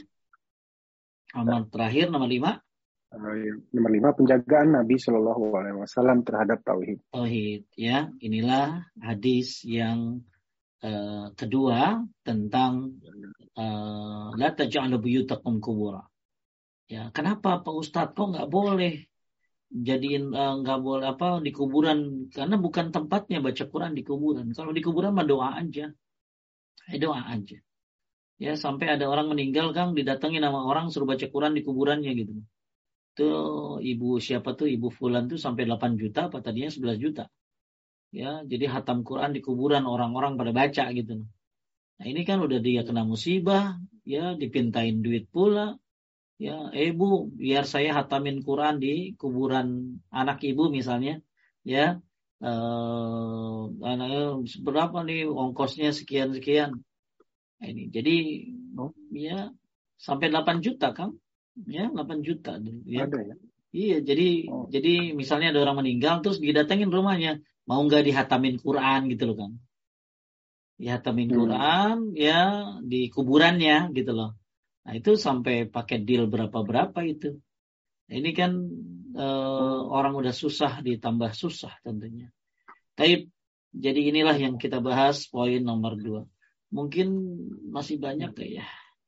Nomor terakhir, nomor 5.
Nomor 5, penjagaan Nabi Shallallahu Alaihi Wasallam terhadap tauhid.
Tauhid, ya, inilah hadis yang kedua tentang la taj'alu buyutakum kubura. Ya, kenapa Pak Ustadz kok nggak boleh jadiin nggak boleh di kuburan, karena bukan tempatnya baca Quran di kuburan. Kalau di kuburan mah doa aja. Doa aja. Ya, sampai ada orang meninggal Kang didatengin sama orang suruh baca Quran di kuburannya gitu. Tuh ibu siapa tuh ibu fulan tuh sampai 8 juta apa tadinya 11 juta. Ya, jadi hatam Quran di kuburan orang-orang pada baca gitu. Nah, ini kan udah dia kena musibah, ya, dipintain duit pula. Ya, ibu, biar saya hatamin Quran di kuburan anak ibu misalnya, ya, berapa nih ongkosnya sekian. Nah, ini, jadi, ya, sampai 8 juta Kang, ya, 8 juta. Ya.
Ada ya?
Iya, jadi misalnya ada orang meninggal terus didatengin rumahnya, mau nggak dihatamin Quran gitu loh Kang. ya hatamin Quran ya di kuburannya gitu loh. Nah itu sampai pakai deal berapa itu. Ini kan orang udah susah ditambah susah tentunya. Tapi jadi inilah yang kita bahas poin nomor 2. Mungkin masih banyak ya.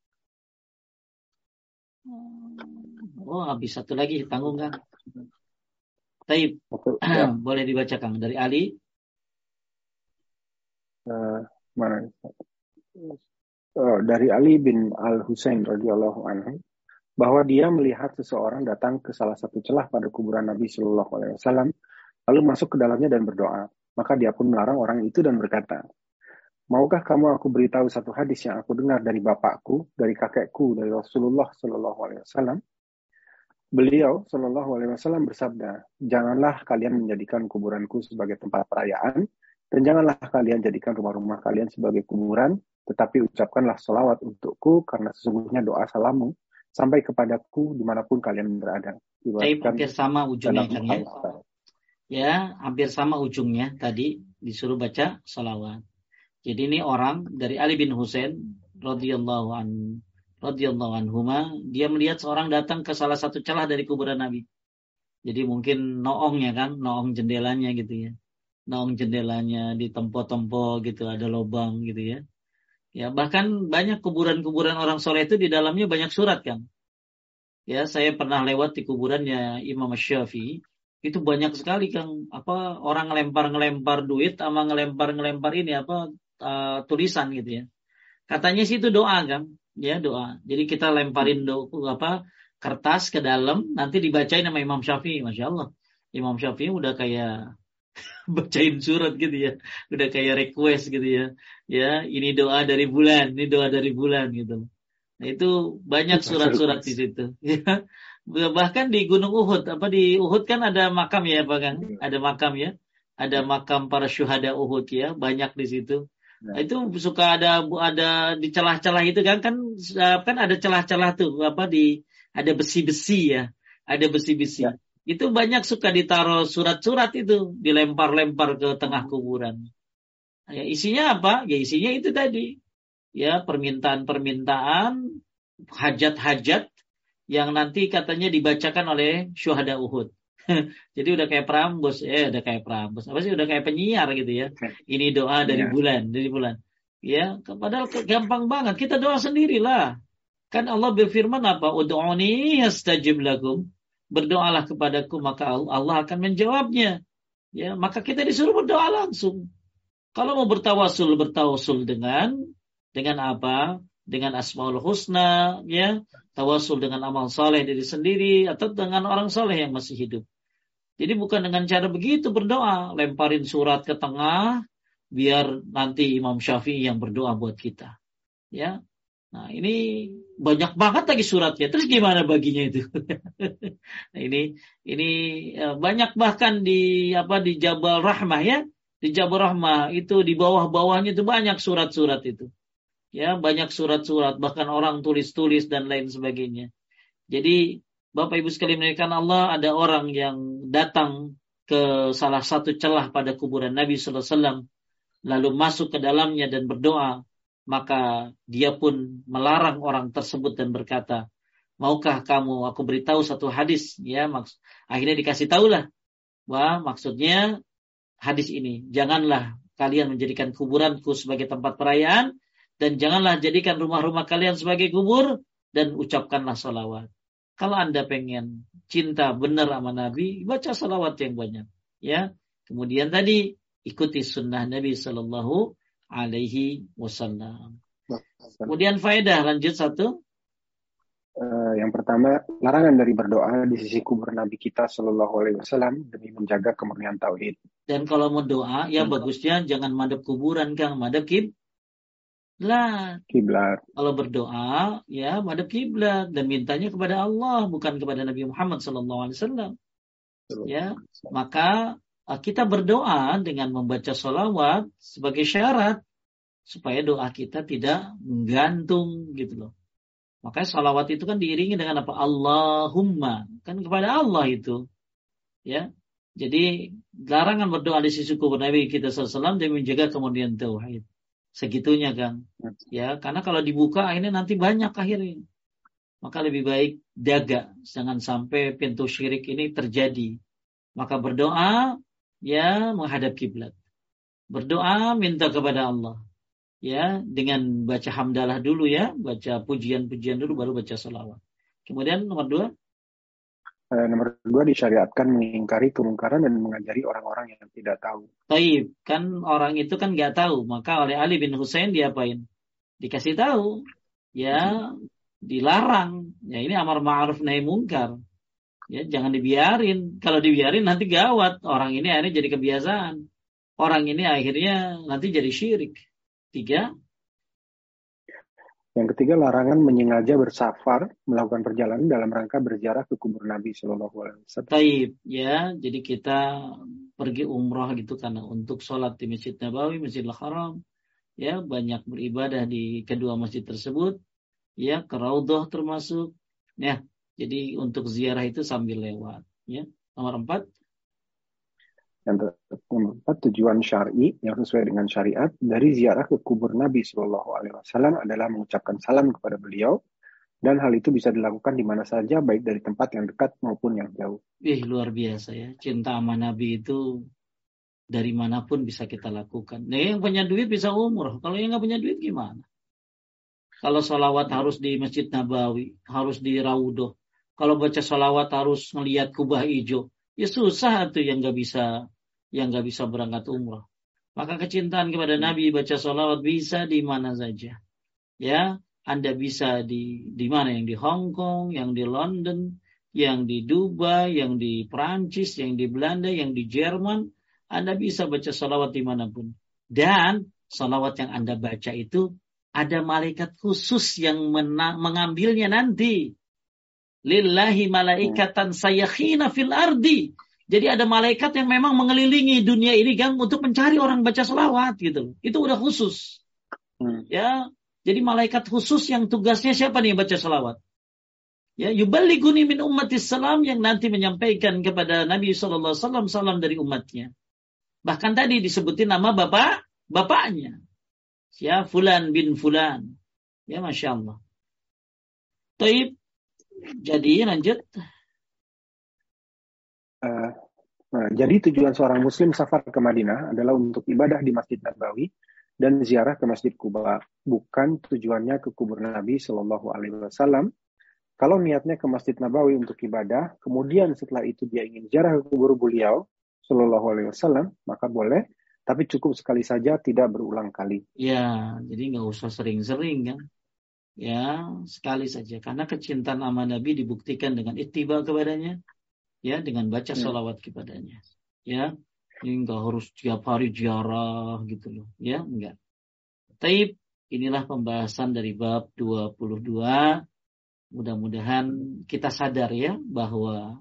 Oh habis satu lagi tanggung kan. Tapi boleh dibaca Kang dari Ali.
Mana? Dari Ali bin Al-Husain radhiyallahu anhu bahwa dia melihat seseorang datang ke salah satu celah pada kuburan Nabi Shallallahu Alaihi Wasallam, lalu masuk ke dalamnya dan berdoa. Maka dia pun melarang orang itu dan berkata, maukah kamu aku beritahu satu hadis yang aku dengar dari bapakku, dari kakekku, dari Rasulullah Shallallahu Alaihi Wasallam? Beliau Shallallahu Alaihi Wasallam bersabda, janganlah kalian menjadikan kuburanku sebagai tempat perayaan, dan janganlah kalian jadikan rumah-rumah kalian sebagai kuburan, tetapi ucapkanlah salawat untukku, karena sesungguhnya doa salammu sampai kepadaku dimanapun kalian berada.
Hampir sama ujungnya kan ya? Ya, hampir sama ujungnya tadi disuruh baca salawat. Jadi ini orang dari Ali bin Husain radhiyallahu anhuma, dia melihat seorang datang ke salah satu celah dari kuburan Nabi. Jadi mungkin noongnya kan, noong jendelanya gitu ya. Noong jendelanya di tempo-tempo gitu, ada lubang gitu ya. Ya, bahkan banyak kuburan-kuburan orang soleh itu di dalamnya banyak surat kan. Ya, saya pernah lewat di kuburannya Imam Syafi'i, itu banyak sekali Kang, orang ngelempar duit sama ngelempar ini tulisan gitu ya. Katanya sih itu doa kan, ya doa. Jadi kita lemparin kertas ke dalam, nanti dibacain sama Imam Syafi'i, Masya Allah. Imam Syafi'i udah kayak bacain surat gitu ya, udah kayak request gitu ya. Ya, ini doa dari bulan gitu. Nah, itu banyak surat-surat di situ. Ya. Bahkan di Gunung Uhud, di Uhud kan ada makam ya, Pak Kang? Ada makam ya. Ada makam para syuhada Uhud ya, banyak di situ. Nah, itu suka ada di celah-celah itu kan ada celah-celah tuh ada besi-besi ya. Ada besi-besi. Ya. Itu banyak suka ditaruh surat-surat itu, dilempar-lempar ke tengah kuburan. Ya, isinya apa? Ya isinya itu tadi. Ya, permintaan-permintaan, hajat-hajat yang nanti katanya dibacakan oleh syuhada Uhud. Jadi udah kayak perambus, udah kayak perambus. Udah kayak penyiar gitu ya. Ini doa dari bulan. Ya, padahal gampang banget. Kita doa sendirilah. Kan Allah berfirman apa? Ud'uni astajib lakum. Berdoalah kepadaku maka Allah akan menjawabnya. Ya, maka kita disuruh berdoa langsung. Kalau mau bertawasul dengan apa? Dengan Asmaul Husna, ya, tawasul dengan amal saleh diri sendiri atau dengan orang saleh yang masih hidup. Jadi bukan dengan cara begitu berdoa, lemparin surat ke tengah biar nanti Imam Syafi'i yang berdoa buat kita. Ya. Nah, ini banyak banget lagi suratnya. Terus gimana baginya itu? Nah, ini banyak bahkan di Jabal Rahmah ya. Di Jabal Rahmah itu di bawah-bawahnya itu banyak surat-surat itu. Ya, banyak surat-surat, bahkan orang tulis-tulis dan lain sebagainya. Jadi, Bapak Ibu sekalian muliakan Allah, ada orang yang datang ke salah satu celah pada kuburan Nabi sallallahu alaihi wasallam lalu masuk ke dalamnya dan berdoa, maka dia pun melarang orang tersebut dan berkata, maukah kamu aku beritahu satu hadis? Ya, akhirnya dikasih tahulah bahwa maksudnya hadis ini, janganlah kalian menjadikan kuburanku sebagai tempat perayaan dan janganlah jadikan rumah-rumah kalian sebagai kubur dan ucapkanlah salawat. Kalau Anda pengen cinta benar sama Nabi, baca salawat yang banyak. Ya, kemudian tadi ikuti sunnah Nabi Sallallahu Alaihi Wasallam. Kemudian faedah lanjut satu.
Yang pertama, larangan dari berdoa di sisi kubur Nabi kita Sallallahu Alaihi Wasallam demi menjaga kemurnian tauhid.
Dan kalau mau doa, ya bagusnya jangan madep kuburan, Kang, madep kiblat. Kalau berdoa, ya madep kiblat dan mintanya kepada Allah, bukan kepada Nabi Muhammad Sallallahu Alaihi Wasallam. Ya, maka kita berdoa dengan membaca sholawat sebagai syarat supaya doa kita tidak menggantung gitu loh. Makanya sholawat itu kan diiringi dengan apa? Allahumma, kan kepada Allah itu. Ya, jadi larangan berdoa di sisi kubur Nabi kita SAW demi menjaga kemurnian tauhid. segitunya Kang. Ya, karena kalau dibuka akhirnya nanti banyak akhirnya. Maka lebih baik jaga, jangan sampai pintu syirik ini terjadi. Maka berdoa, ya menghadap kiblat. Berdoa minta kepada Allah. Ya, dengan baca hamdalah dulu ya, baca pujian-pujian dulu baru baca salawat. Kemudian nomor 2,
Nomor 2, disyariatkan mengingkari kemungkaran dan mengajari orang-orang yang tidak tahu.
taib, kan orang itu kan nggak tahu, maka oleh Ali bin Husain diapain? Dikasih tahu, ya dilarang. Ya ini amar ma'ruf nahi mungkar. Ya jangan dibiarin. Kalau dibiarin nanti gawat. Orang ini akhirnya jadi kebiasaan. Orang ini akhirnya nanti jadi syirik. 3,
Yang ketiga, larangan menyengaja bersafar, melakukan perjalanan dalam rangka berziarah ke kubur Nabi Shallallahu Alaihi Wasallam.
taib, ya. Jadi kita pergi umrah gitu karena untuk sholat di Masjid Nabawi, Masjidil Haram. Ya banyak beribadah di kedua masjid tersebut. Ya ke Raudhah termasuk. Ya jadi untuk ziarah itu sambil lewat. Ya nomor 4.
Yang keempat, tujuan syar'i yang sesuai dengan syariat dari ziarah ke kubur Nabi Shallallahu Alaihi Wasallam adalah mengucapkan salam kepada beliau, dan hal itu bisa dilakukan di mana saja, baik dari tempat yang dekat maupun yang jauh.
Luar biasa ya, cinta sama Nabi itu dari manapun bisa kita lakukan. Nah yang punya duit bisa umroh, kalau yang nggak punya duit gimana? Kalau sholawat harus di Masjid Nabawi, harus di Raudhah. Kalau baca sholawat harus ngelihat kubah hijau. Ya susah tuh yang nggak bisa berangkat umrah. Maka kecintaan kepada Nabi, baca sholawat bisa di mana saja. Ya, Anda bisa di mana? Yang di Hong Kong, yang di London, yang di Dubai, yang di Perancis, yang di Belanda, yang di Jerman. Anda bisa baca sholawat dimanapun. Dan sholawat yang Anda baca itu ada malaikat khusus yang mengambilnya nanti. Lillahi malaikatan sayakhina fil ardi. Jadi ada malaikat yang memang mengelilingi dunia ini kan untuk mencari orang baca selawat gitu. Itu udah khusus. Ya, jadi malaikat khusus yang tugasnya siapa nih yang baca selawat? Ya, yuballighuni min ummatis salam, yang nanti menyampaikan kepada Nabi sallallahu alaihi wasallam salam dari umatnya. Bahkan tadi disebutin nama bapaknya. Ya, Fulan bin Fulan. Ya, Masya Allah. Taib. Jadi lanjut.
Jadi tujuan seorang muslim safar ke Madinah adalah untuk ibadah di Masjid Nabawi dan ziarah ke Masjid Quba, bukan tujuannya ke kubur Nabi Shallallahu Alaihi Wasallam. Kalau niatnya ke Masjid Nabawi untuk ibadah, kemudian setelah itu dia ingin ziarah ke kubur beliau Shallallahu Alaihi Wasallam, maka boleh, tapi cukup sekali saja, tidak berulang kali.
Ya, jadi nggak usah sering-sering kan. Ya, sekali saja. Karena kecintaan sama Nabi dibuktikan dengan ittiba kepadanya. Ya, dengan baca sholawat kepadanya. Ya, ini nggak harus tiap hari ziarah gitu loh. Ya, enggak. Taib, inilah pembahasan dari bab 22. Mudah-mudahan kita sadar ya bahwa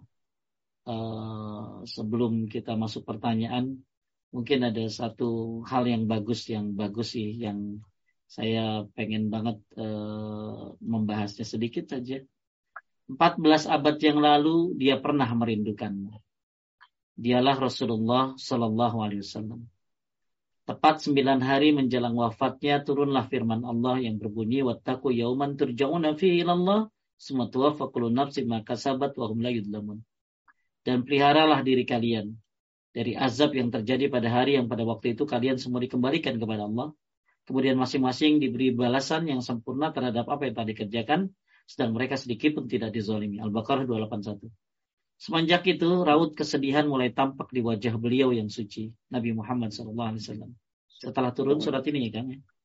sebelum kita masuk pertanyaan, mungkin ada satu hal yang bagus sih yang saya pengen banget membahasnya sedikit saja. 14 abad yang lalu dia pernah merindukanmu. Dialah Rasulullah Sallallahu Alaihi Wasallam. Tepat 9 hari menjelang wafatnya turunlah firman Allah yang berbunyi, wattaqu yauman turja'una fihi ilallah summa tuwaffa kullu nafsin ma kasabat wa hum la yudlamun. Dan peliharalah diri kalian dari azab yang terjadi pada hari yang pada waktu itu kalian semua dikembalikan kepada Allah. Kemudian masing-masing diberi balasan yang sempurna terhadap apa yang telah dikerjakan, sedang mereka sedikit pun tidak dizalimi. Al-Baqarah 281. Semenjak itu, raut kesedihan mulai tampak di wajah beliau yang suci, Nabi Muhammad SAW. Setelah turun surat ini, ya, Kang.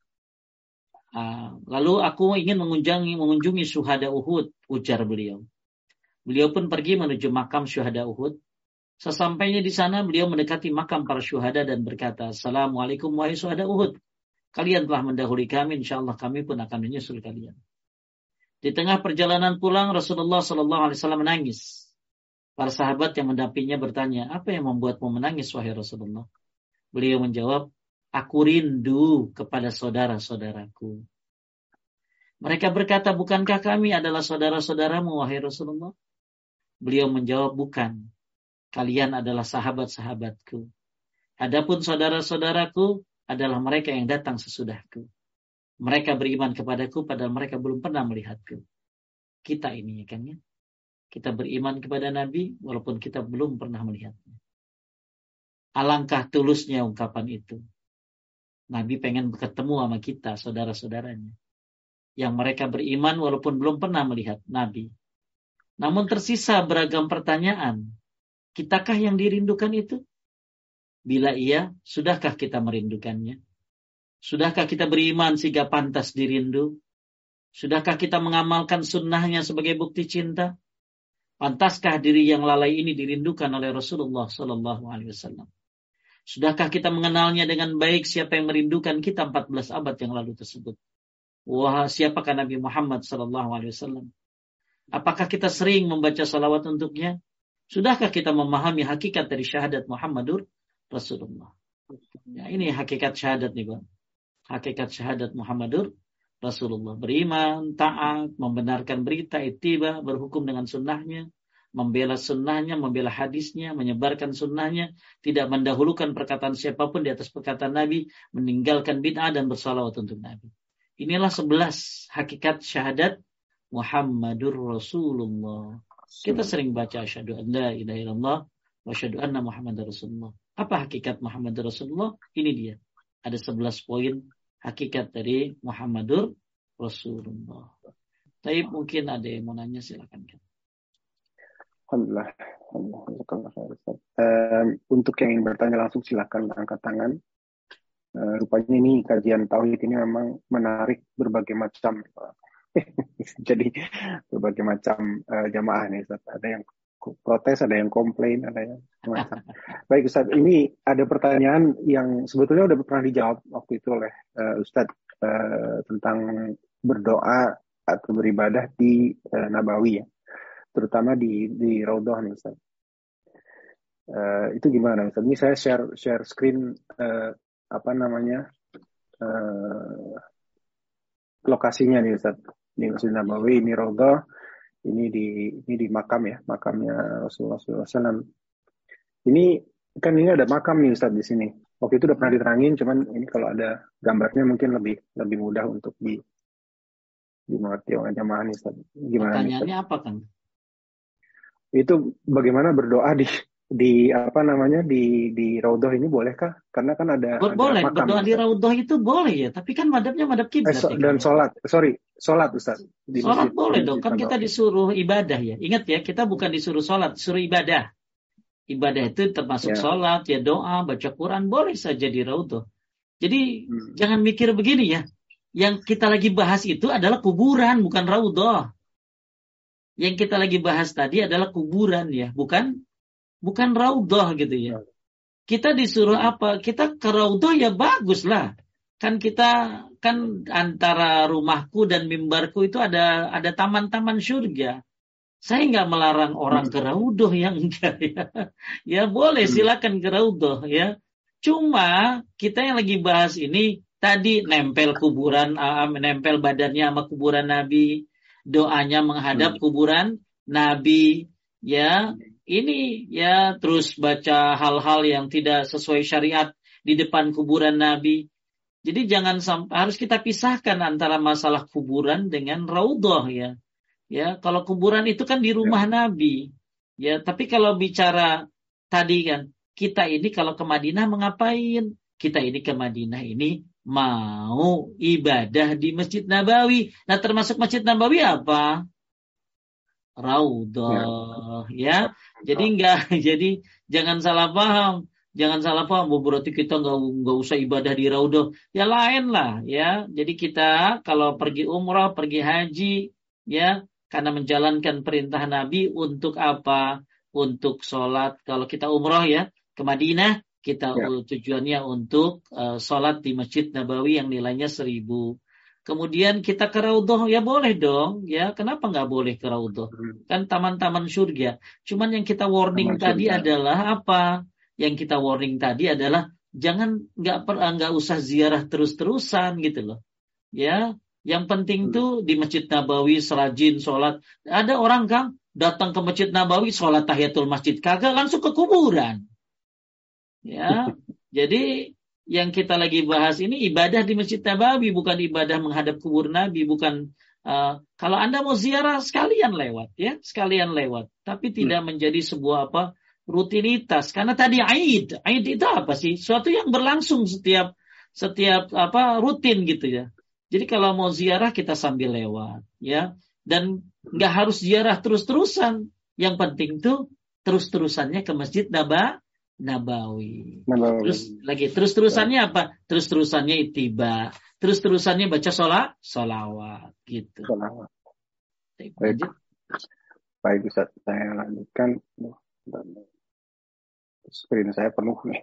Lalu aku ingin mengunjungi syuhada Uhud, ujar beliau. Beliau pun pergi menuju makam syuhada Uhud. Sesampainya di sana, beliau mendekati makam para syuhada dan berkata, Assalamualaikum wahai syuhada Uhud. Kalian telah mendahului kami, insyaallah kami pun akan menyusul kalian. Di tengah perjalanan pulang, Rasulullah SAW menangis. Para sahabat yang mendampinginya bertanya, apa yang membuatmu menangis, wahai Rasulullah? Beliau menjawab, aku rindu kepada saudara-saudaraku. Mereka berkata, bukankah kami adalah saudara-saudaramu, wahai Rasulullah? Beliau menjawab, bukan. Kalian adalah sahabat-sahabatku. Adapun saudara-saudaraku, adalah mereka yang datang sesudahku. Mereka beriman kepadaku padahal mereka belum pernah melihatku. Kita ini ya kan ya. Kita beriman kepada Nabi walaupun kita belum pernah melihatnya. Alangkah tulusnya ungkapan itu. Nabi pengen ketemu sama kita, saudara-saudaranya. Yang mereka beriman walaupun belum pernah melihat Nabi. Namun tersisa beragam pertanyaan. Kitakah yang dirindukan itu? Bila iya, sudahkah kita merindukannya? Sudahkah kita beriman sehingga pantas dirindu? Sudahkah kita mengamalkan sunnahnya sebagai bukti cinta? Pantaskah diri yang lalai ini dirindukan oleh Rasulullah SAW? Sudahkah kita mengenalnya dengan baik siapa yang merindukan kita 14 abad yang lalu tersebut? Wah, siapakah Nabi Muhammad SAW? Apakah kita sering membaca salawat untuknya? Sudahkah kita memahami hakikat dari syahadat Muhammadur Rasulullah? Ya, ini hakikat syahadat nih, Bang. Hakikat syahadat Muhammadur Rasulullah. Beriman, taat, membenarkan berita, ittiba, berhukum dengan sunnahnya, membela sunnahnya, membela hadisnya, menyebarkan sunnahnya, tidak mendahulukan perkataan siapapun di atas perkataan Nabi, meninggalkan bid'ah dan bersalawat untuk Nabi. Inilah 11 hakikat syahadat Muhammadur Rasulullah. Kita sering baca asyhadu an la ilaha illallah wa asyhadu anna Muhammadar Rasulullah. Apa hakikat Muhammadur Rasulullah? Ini dia. Ada 11 poin hakikat dari Muhammadur Rasulullah. Tapi mungkin ada yang mau nanya, silakan.
Alhamdulillah. Untuk yang ingin bertanya langsung silakan angkat tangan. Rupanya ini kajian tauhid ini memang menarik berbagai macam. Jadi berbagai macam jamaah nih, Ustaz. Ada yang protes, ada yang komplain, ada yang macam. Baik Ustaz, ini ada pertanyaan yang sebetulnya udah pernah dijawab waktu itu oleh Ustaz tentang berdoa atau beribadah di Nabawi ya, terutama di Raudhah nih Ustaz. Itu gimana Ustaz? Ini saya share screen lokasinya nih Ustaz. Di Masjid Nabawi, ini Raudhah, ini di makam ya, makamnya Rasulullah SAW. Ini kan ini ada makam nih Ustaz di sini. Waktu itu udah pernah diterangin, cuman ini kalau ada gambarnya mungkin lebih mudah untuk dimengerti oleh jamaah nih Ustaz. Gimana?
Pertanyaannya apa kan?
Itu bagaimana berdoa di Raudhah ini bolehkah? Karena kan ada
boleh
makam,
berdoa
Ustaz.
di Raudhah itu boleh ya, tapi kan madhabnya madhab kiblat.
Dan sholat Ustaz.
Sholat boleh dong, kan kita disuruh ibadah ya. Ingat ya, kita bukan disuruh sholat, disuruh ibadah. Ibadah itu termasuk sholat, ya doa, baca Quran, boleh saja di Raudhah. Jadi jangan mikir begini ya, yang kita lagi bahas itu adalah kuburan, bukan Raudhah. Yang kita lagi bahas tadi adalah kuburan ya, bukan Raudhah gitu ya. Kita disuruh apa? Kita ke Raudhah ya bagus lah. Kan antara rumahku dan mimbarku itu ada taman-taman surga. Saya nggak melarang orang ke Raudhah yang enggak ya. Ya boleh silakan ke Raudhah ya. Cuma kita yang lagi bahas ini tadi nempel badannya sama kuburan Nabi, doanya menghadap kuburan Nabi ya. Ini ya terus baca hal-hal yang tidak sesuai syariat di depan kuburan Nabi. Jadi jangan sampai harus kita pisahkan antara masalah kuburan dengan Raudhah ya. Ya, kalau kuburan itu kan di rumah Nabi. Ya, tapi kalau bicara tadi kan kita ini kalau ke Madinah mengapain? Kita ini ke Madinah ini mau ibadah di Masjid Nabawi. Nah, termasuk Masjid Nabawi apa? Raudhah ya. Jadi jangan salah paham. Jangan salah paham, berarti kita nggak usah ibadah di Raudhah. Ya lain lah ya. Jadi kita kalau pergi umrah, pergi haji ya, karena menjalankan perintah Nabi untuk apa? Untuk sholat. Kalau kita umrah ya ke Madinah, kita tujuannya untuk sholat di Masjid Nabawi yang nilainya 1.000. Kemudian kita ke Raudhah, ya boleh dong. Ya, kenapa nggak boleh ke Raudhah? Kan taman-taman surga. Cuman yang kita warning tadi adalah apa? Yang kita warning tadi adalah jangan nggak usah ziarah terus-terusan gitu loh. Ya, yang penting tuh di Masjid Nabawi serajin sholat. Ada orang kan datang ke Masjid Nabawi sholat tahiyatul masjid kagak langsung ke kuburan. Ya, jadi yang kita lagi bahas ini ibadah di Masjid Nabawi, bukan ibadah menghadap kubur Nabi, bukan kalau Anda mau ziarah sekalian lewat ya, sekalian lewat, tapi tidak menjadi sebuah rutinitas. Karena tadi Aid itu apa sih? Suatu yang berlangsung setiap rutin gitu ya. Jadi kalau mau ziarah kita sambil lewat ya, dan nggak harus ziarah terus-terusan. Yang penting tuh terus-terusannya ke Masjid Nabawi. Terus-terusannya apa? Terus-terusannya ittiba. Terus-terusannya baca sholawat gitu.
Baik Ustaz, saya lanjutkan. Screen saya penuh nih.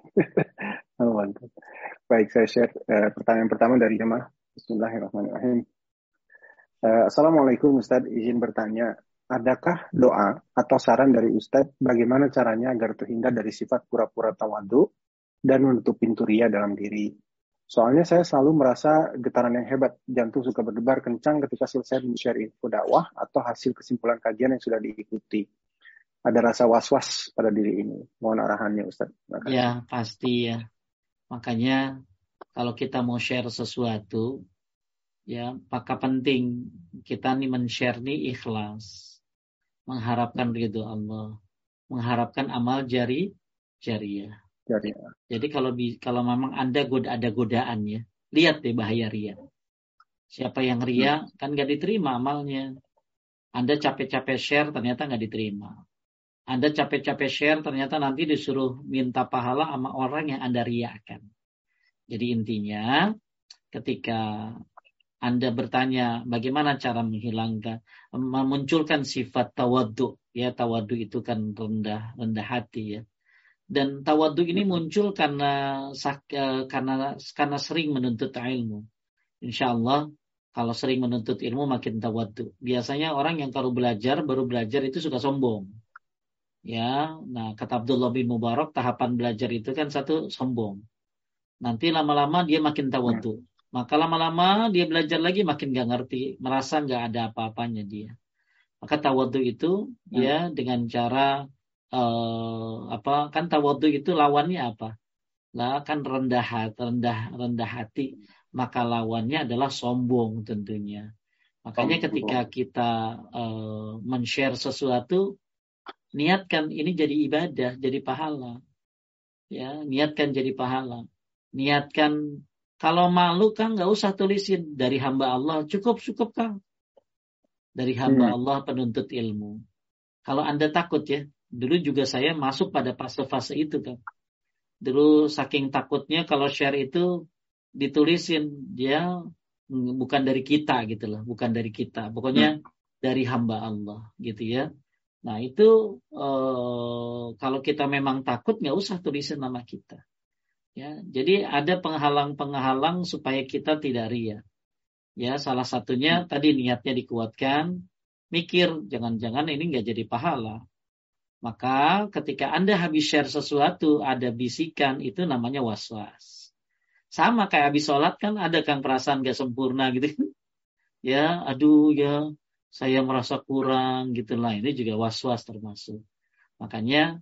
Baik, saya share pertanyaan pertama dari jemaah. Bismillahirrahmanirrahim. Assalamualaikum Ustaz, izin bertanya. Adakah doa atau saran dari Ustadz bagaimana caranya agar terhindar dari sifat pura-pura tawadhu dan menutup pintu ria dalam diri? Soalnya saya selalu merasa getaran yang hebat, jantung suka berdebar kencang ketika selesai men-share info dakwah atau hasil kesimpulan kajian yang sudah diikuti. Ada rasa was-was pada diri ini. Mohon arahannya Ustadz.
Ya, pasti ya. Makanya kalau kita mau share sesuatu, ya, maka penting kita nih men-share nih ikhlas. Mengharapkan ridho Allah, mengharapkan amal jariah. Jadi kalau memang Anda ada godaan ya, lihat deh bahaya ria. Siapa yang ria kan nggak diterima amalnya. Anda capek-capek share ternyata nggak diterima. Anda capek-capek share ternyata nanti disuruh minta pahala sama orang yang Anda riakan. Jadi intinya ketika Anda bertanya bagaimana cara memunculkan sifat tawadhu. Ya, tawadhu itu kan rendah hati ya. Dan tawadhu ini muncul karena sering menuntut ilmu. Insya Allah kalau sering menuntut ilmu makin tawadhu. Biasanya orang yang baru belajar itu suka sombong. Ya, nah kata Abdullah bin Mubarak tahapan belajar itu kan satu sombong. Nanti lama-lama dia makin tawadhu. Maka lama-lama dia belajar lagi makin gak ngerti, merasa gak ada apa-apanya dia. Maka tawadhu itu ya dengan cara kan tawadhu itu lawannya apa? Lah kan rendah hati. Maka lawannya adalah sombong tentunya. Makanya ketika kita men-share sesuatu, niatkan ini jadi ibadah, jadi pahala. Ya, niatkan jadi pahala. Niatkan. Kalau malu Kang nggak usah tulisin dari hamba Allah, cukup Kang. Dari hamba Allah penuntut ilmu. Kalau Anda takut ya, dulu juga saya masuk pada fase-fase itu Kang. Dulu saking takutnya kalau share itu ditulisin dia bukan dari kita gitu loh, bukan dari kita. Pokoknya dari hamba Allah gitu ya. Nah itu kalau kita memang takut nggak usah tulisin nama kita. Ya, jadi ada penghalang-penghalang supaya kita tidak ria. Ya, salah satunya tadi niatnya dikuatkan, mikir jangan-jangan ini nggak jadi pahala. Maka ketika Anda habis share sesuatu, ada bisikan, itu namanya was-was. Sama kayak habis sholat kan ada Kang perasaan nggak sempurna gitu. Ya, aduh ya, saya merasa kurang gitu lah. Ini juga was-was termasuk. Makanya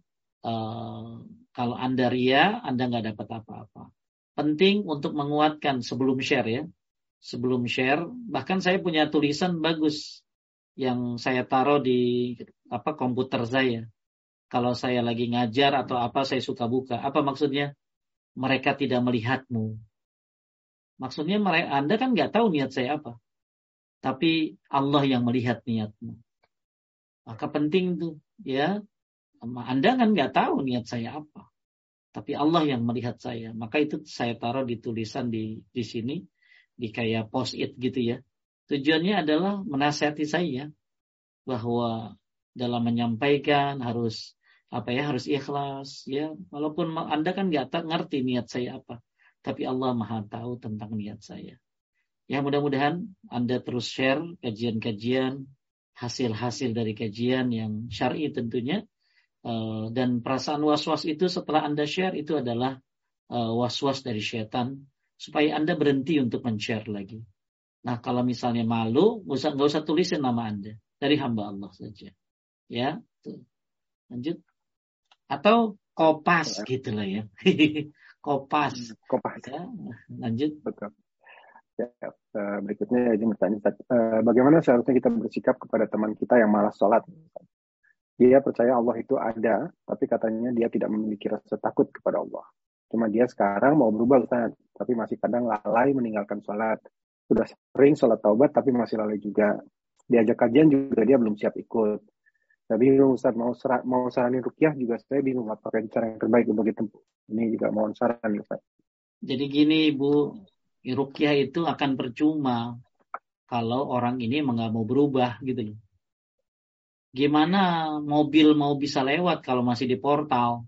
kalau Anda ria, Anda nggak dapat apa-apa. Penting untuk menguatkan sebelum share ya. Sebelum share, bahkan saya punya tulisan bagus yang saya taruh di komputer saya. Kalau saya lagi ngajar atau apa, saya suka buka. Apa maksudnya? Mereka tidak melihatmu. Maksudnya Anda kan nggak tahu niat saya apa. Tapi Allah yang melihat niatmu. Maka penting tuh ya. Anda kan nggak tahu niat saya apa, tapi Allah yang melihat saya. Maka itu saya taruh di tulisan di sini, di kayak post-it gitu ya. Tujuannya adalah menasihati saya bahwa dalam menyampaikan harus ikhlas ya. Walaupun Anda kan nggak ngerti niat saya apa, tapi Allah Maha tahu tentang niat saya. Ya mudah-mudahan Anda terus share kajian-kajian, hasil-hasil dari kajian yang syar'i tentunya. Dan perasaan was-was itu setelah Anda share itu adalah was-was dari syaitan supaya Anda berhenti untuk men-share lagi. Nah kalau misalnya malu nggak usah tulisin nama Anda, dari hamba Allah saja ya. Tuh. Lanjut atau kopas gitu lah ya. Kopas.
Kopas.
Ya, lanjut.
Betul. Ya, berikutnya izin bertanya, bagaimana seharusnya kita bersikap kepada teman kita yang malas sholat? Dia percaya Allah itu ada, tapi katanya dia tidak memiliki rasa takut kepada Allah. Cuma dia sekarang mau berubah, Ustaz, tapi masih kadang lalai meninggalkan sholat. Sudah sering sholat taubat, tapi masih lalai juga. Diajak kajian juga dia belum siap ikut. Saya bingung, Ustaz, mau saranin ruqyah juga saya bingung apakah cara yang terbaik untuk ditempuh. Ini juga mohon saran, Ustaz.
Jadi gini, Bu, ruqyah itu akan percuma kalau orang ini nggak mau berubah gitu loh. Gimana mobil mau bisa lewat kalau masih di portal?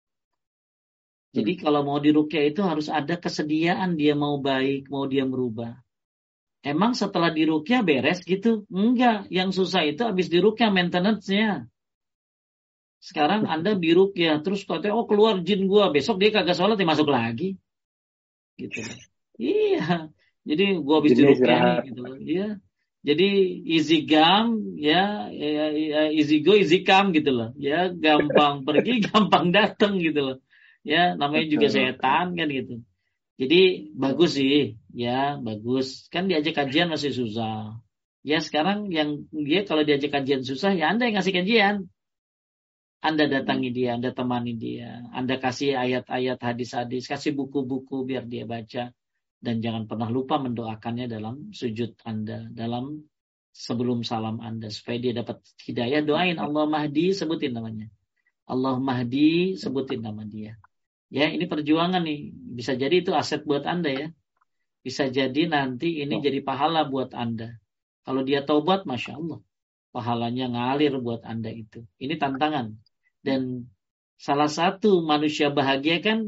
Jadi kalau mau diruqyah itu harus ada kesediaan dia mau baik, mau dia merubah. Emang setelah diruqyah beres gitu? Enggak, yang susah itu habis diruqyah maintenance-nya. Sekarang Anda diruqyah, terus katanya, oh keluar jin gua, besok dia kagak sholat, dia masuk lagi. Gitu. Iya, jadi gua habis diruqyah nih, gitu loh. Iya. Jadi easy come, ya, easy go, easy come gitu loh. Ya, gampang pergi, gampang datang gitu loh. Ya, namanya juga setan kan gitu. Jadi bagus sih, ya bagus. Kan diajak kajian masih susah. Ya sekarang yang dia kalau diajak kajian susah, ya Anda yang ngasih kajian. Anda datangi dia, Anda temani dia. Anda kasih ayat-ayat hadis-hadis, kasih buku-buku biar dia baca. Dan jangan pernah lupa mendoakannya dalam sujud Anda, dalam sebelum salam Anda, supaya dia dapat hidayah. Doain Allah Mahdi, sebutin namanya. Allah Mahdi, sebutin nama dia. Ya, ini perjuangan nih. Bisa jadi itu aset buat Anda ya. Bisa jadi nanti ini jadi pahala buat Anda. Kalau dia taubat, Masya Allah. Pahalanya ngalir buat Anda itu. Ini tantangan. Dan salah satu manusia bahagia kan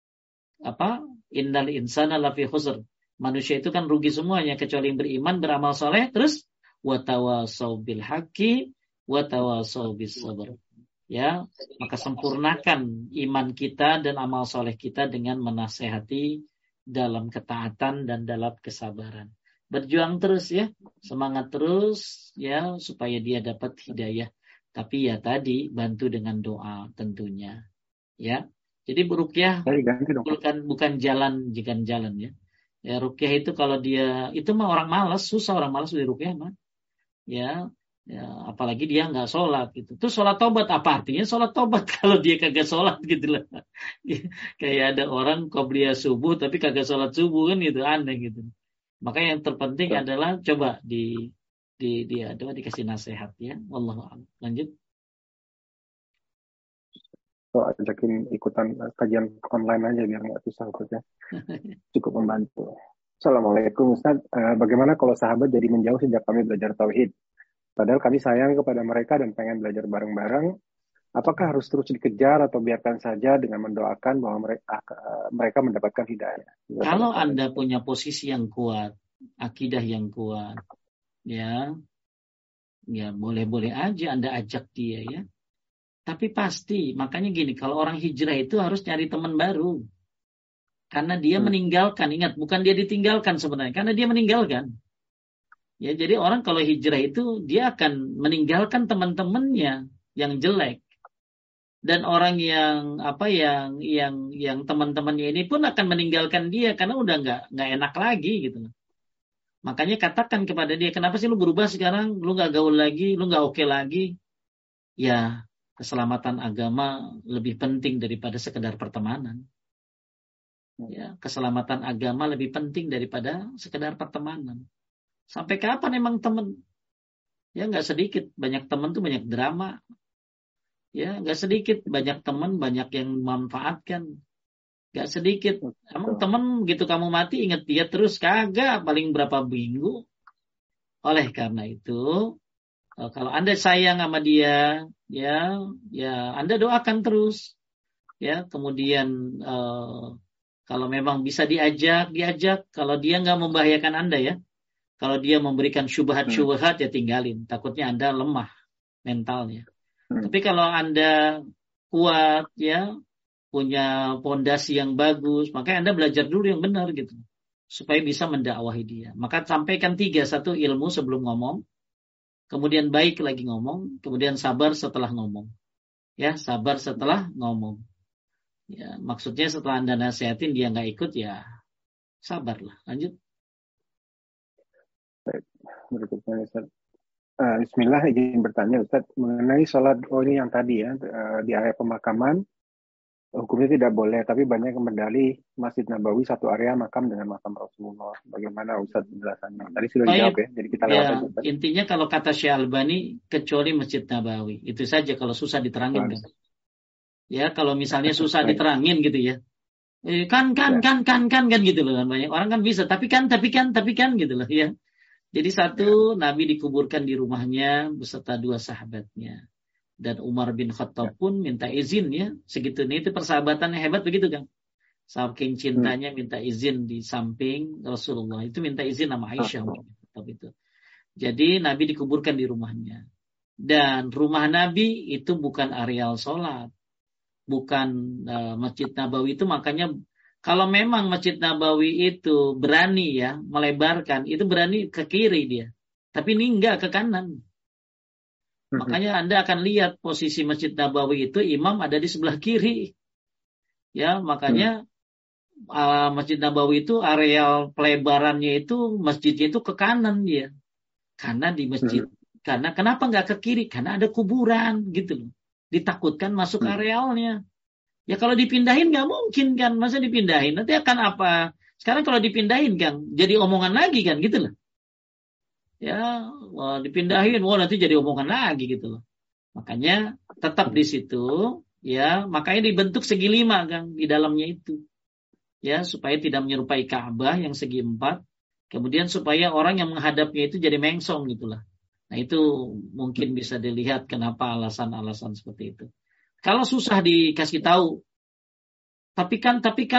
Innal insana lafi khusr. Manusia itu kan rugi semuanya kecuali yang beriman, beramal soleh, terus watawasau bil haqqi, watawasau bis sabr. Ya, maka sempurnakan iman kita dan amal soleh kita dengan menasehati dalam ketaatan dan dalam kesabaran. Berjuang terus ya, semangat terus ya supaya dia dapat hidayah. Tapi ya tadi bantu dengan doa tentunya. Ya. Jadi ruqyah bukan jalan ya. Ya ruqyah itu kalau dia itu mah orang malas, susah orang malas di ruqyah mah. Ya, apalagi dia nggak sholat gitu. Terus sholat tobat apa artinya sholat tobat kalau dia kagak sholat gitu lah. Kayak ada orang qobliyah subuh tapi kagak sholat subuh kan gitu, aneh gitu. Maka yang terpenting adalah coba dikasih nasihat ya. Wallahu a'lam. Lanjut.
Ajakin ikutan kajian online aja biar nggak susah Ustaz ya. Cukup membantu. Assalamualaikum Ustaz. Bagaimana kalau sahabat jadi menjauh sejak kami belajar tauhid? Padahal kami sayang kepada mereka dan pengen belajar bareng-bareng. Apakah harus terus dikejar atau biarkan saja dengan mendoakan bahwa mereka mendapatkan hidayah?
Kalau Anda punya posisi yang kuat, akidah yang kuat, ya boleh-boleh aja Anda ajak dia ya. Tapi pasti, makanya gini, kalau orang hijrah itu harus nyari teman baru. Karena dia meninggalkan, ingat, bukan dia ditinggalkan sebenarnya, karena dia meninggalkan. Ya, jadi orang kalau hijrah itu, dia akan meninggalkan teman-temannya yang jelek. Dan orang yang teman-temannya ini pun akan meninggalkan dia, karena udah nggak enak lagi gitu. Makanya katakan kepada dia, kenapa sih lu berubah sekarang? Lu nggak gaul lagi, lu nggak oke lagi? Ya, keselamatan agama lebih penting daripada sekedar pertemanan. Ya, keselamatan agama lebih penting daripada sekedar pertemanan. Sampai kapan emang teman? Ya nggak sedikit, banyak teman tuh banyak drama. Ya nggak sedikit, banyak teman banyak yang memanfaatkan. Nggak sedikit. Emang teman gitu kamu mati ingat dia terus kagak, paling berapa minggu. Oleh karena itu, kalau Anda sayang sama dia, ya Anda doakan terus, ya. Kemudian kalau memang bisa diajak. Kalau dia nggak membahayakan Anda ya, kalau dia memberikan syubhat ya tinggalin. Takutnya Anda lemah mentalnya. Tapi kalau Anda kuat, ya punya pondasi yang bagus, maka Anda belajar dulu yang benar gitu, supaya bisa mendakwahi dia. Maka sampaikan 3, 1 ilmu sebelum ngomong. Kemudian baik lagi ngomong, kemudian sabar setelah ngomong. Ya, sabar setelah ngomong. Ya, maksudnya setelah Anda nasihatin dia nggak ikut, ya sabarlah. Lanjut.
Baik, berikutnya Ustaz. Bismillah, izin bertanya Ustaz mengenai sholat ini yang tadi ya, di area pemakaman hukumnya tidak boleh, tapi banyak yang berdalih Masjid Nabawi satu area makam dengan makam Rasulullah. Bagaimana Ustaz penjelasannya? Tadi sudah dijawab
Baik,
ya, jadi kita lewat
ya
aja Ustaz.
intinya kalau kata Syekh Albani kecuali Masjid Nabawi itu saja kalau susah diterangin kan. Ya kalau misalnya susah
Baik.
diterangin gitu ya. Kan gitu loh kan, banyak orang kan bisa tapi kan gitu loh ya. Jadi satu Nabi dikuburkan di rumahnya beserta dua sahabatnya. Dan Umar bin Khattab pun minta izin ya. Segitunya itu persahabatannya hebat begitu kan. Saking cintanya minta izin di samping Rasulullah. Itu minta izin sama Aisyah. Itu. Jadi Nabi dikuburkan di rumahnya. Dan rumah Nabi itu bukan areal sholat. Bukan Masjid Nabawi itu, makanya kalau memang Masjid Nabawi itu berani ya melebarkan, itu berani ke kiri dia. Tapi ini enggak, ke kanan. Makanya Anda akan lihat posisi Masjid Nabawi itu imam ada di sebelah kiri. Ya, makanya Masjid Nabawi itu areal pelebarannya itu masjidnya itu ke kanan dia. Karena di masjid. Karena kenapa nggak ke kiri? Karena ada kuburan gitu loh. Ditakutkan masuk arealnya. Ya kalau dipindahin nggak mungkin kan. Masa dipindahin? Nanti akan apa? Sekarang kalau dipindahin kan jadi omongan lagi kan gitu loh. Ya, dipindahin, nanti jadi omongan lagi gitu loh. Makanya tetap di situ, ya, makanya dibentuk segi 5 kan di dalamnya itu, ya, supaya tidak menyerupai Ka'bah yang segi 4. Kemudian supaya orang yang menghadapnya itu jadi mengsong gitulah. Nah itu mungkin bisa dilihat kenapa alasan-alasan seperti itu. Kalau susah dikasih tahu, tapi kan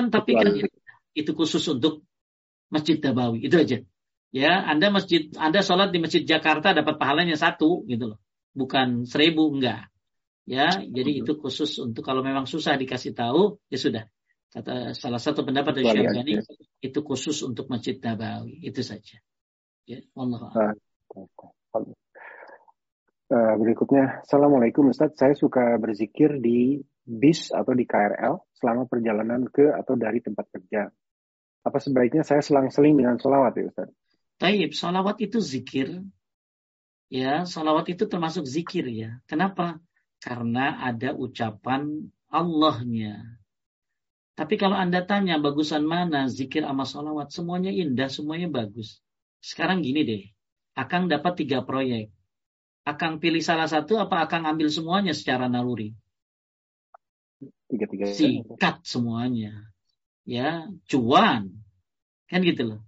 itu khusus untuk Masjid Nabawi itu aja. Ya, Anda sholat di Masjid Jakarta dapat pahalanya 1 gitu loh. Bukan 1000, enggak. Ya, jadi itu khusus untuk kalau memang susah dikasih tahu, ya sudah. Kata salah satu pendapat dari Syekh Albani, itu khusus untuk Masjid Nabawi, itu saja. Ya, Allah.
Berikutnya, Assalamualaikum Ustaz, saya suka berzikir di bis atau di KRL selama perjalanan ke atau dari tempat kerja. Apa sebaiknya saya selang-seling dengan sholawat ya Ustaz?
Taib, sholawat itu zikir. Ya, sholawat itu termasuk zikir ya. Kenapa? Karena ada ucapan Allahnya. Tapi kalau Anda tanya bagusan mana zikir sama sholawat, semuanya indah, semuanya bagus. Sekarang gini deh, Akang dapat 3 proyek. Akang pilih salah satu apa Akang ambil semuanya secara naluri?
Tiga-tiga.
Sikat semuanya. Ya, cuan. Kan gitu loh.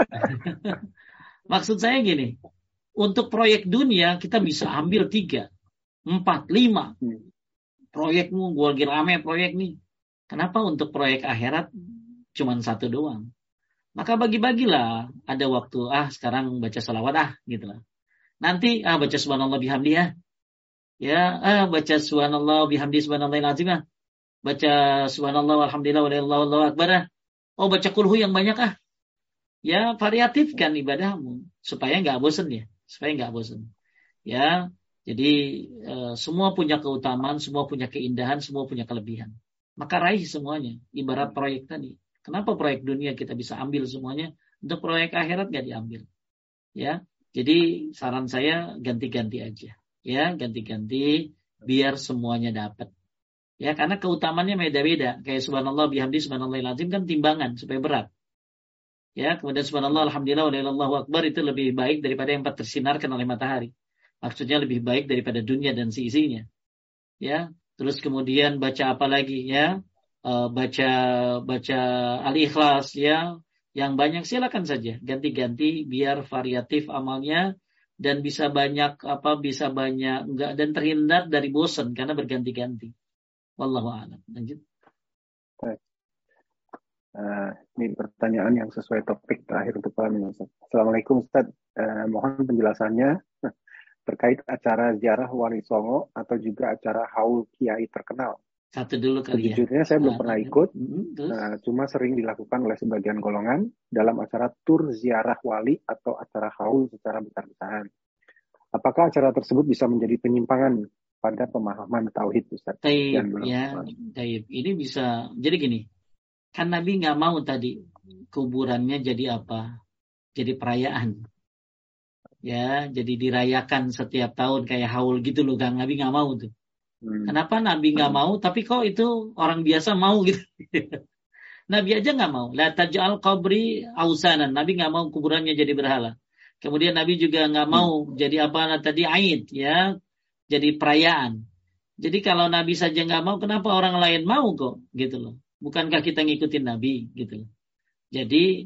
Maksud saya gini, untuk proyek dunia kita bisa ambil 3, 4, 5. Proyekmu, gue lagi rame proyek nih. Kenapa untuk proyek akhirat cuma 1 doang? Maka bagi-bagilah. Ada waktu, sekarang baca salawat gitu lah. Nanti baca subhanallah bihamdi ya. Ya, baca subhanallah bihamdi subhanallahil azim ya. Baca subhanallah walhamdulillah wallahu akbar. Baca kulhu yang banyak Ya, variatifkan ibadahmu supaya nggak bosan ya. Supaya nggak bosan. Ya, jadi semua punya keutamaan, semua punya keindahan, semua punya kelebihan. Maka raih semuanya. Ibarat proyek tadi. Kenapa proyek dunia kita bisa ambil semuanya, untuk proyek akhirat nggak diambil? Ya, jadi saran saya ganti-ganti aja. Ya, ganti-ganti biar semuanya dapat. Ya, karena keutamaannya beda-beda. Kayak subhanallah bihamdi subhanallahil azim kan timbangan supaya berat. Ya, kemudian subhanallah alhamdulillah wallahu akbar itu lebih baik daripada yang tersinarkan oleh matahari. Maksudnya lebih baik daripada dunia dan seisinya. Ya, terus kemudian baca apa lagi ya? Baca Al-Ikhlas ya. Yang banyak silakan saja, ganti-ganti biar variatif amalnya dan bisa banyak enggak dan terhindar dari bosan karena berganti-ganti. Wallahu a'lam. Lanjut.
Ini pertanyaan yang sesuai topik terakhir untuk kami Ustaz. Assalamualaikum Ustaz, mohon penjelasannya terkait acara ziarah Wali Songo atau juga acara haul kiai terkenal.
Satu dulu kali
Sejujurnya saya belum pernah ikut, cuma sering dilakukan oleh sebagian golongan dalam acara tur ziarah wali atau acara haul secara besar-besaran. Apakah acara tersebut bisa menjadi penyimpangan pada pemahaman tauhid, Ustaz.
Taib, ya, taib. Ini bisa, jadi gini, kan Nabi nggak mau tadi kuburannya jadi apa? Jadi perayaan. Ya, jadi dirayakan setiap tahun kayak haul gitu loh, Kang. Nabi nggak mau tuh. Kenapa Nabi nggak mau? Tapi kok itu orang biasa mau gitu. Nabi aja nggak mau. La taj'al qabri ausanan. Nabi nggak mau kuburannya jadi berhala. Kemudian Nabi juga nggak mau jadi apa tadi aid, ya, jadi perayaan. Jadi kalau Nabi saja nggak mau, kenapa orang lain mau kok, gitu loh? Bukankah kita ngikutin Nabi, gitu loh? Jadi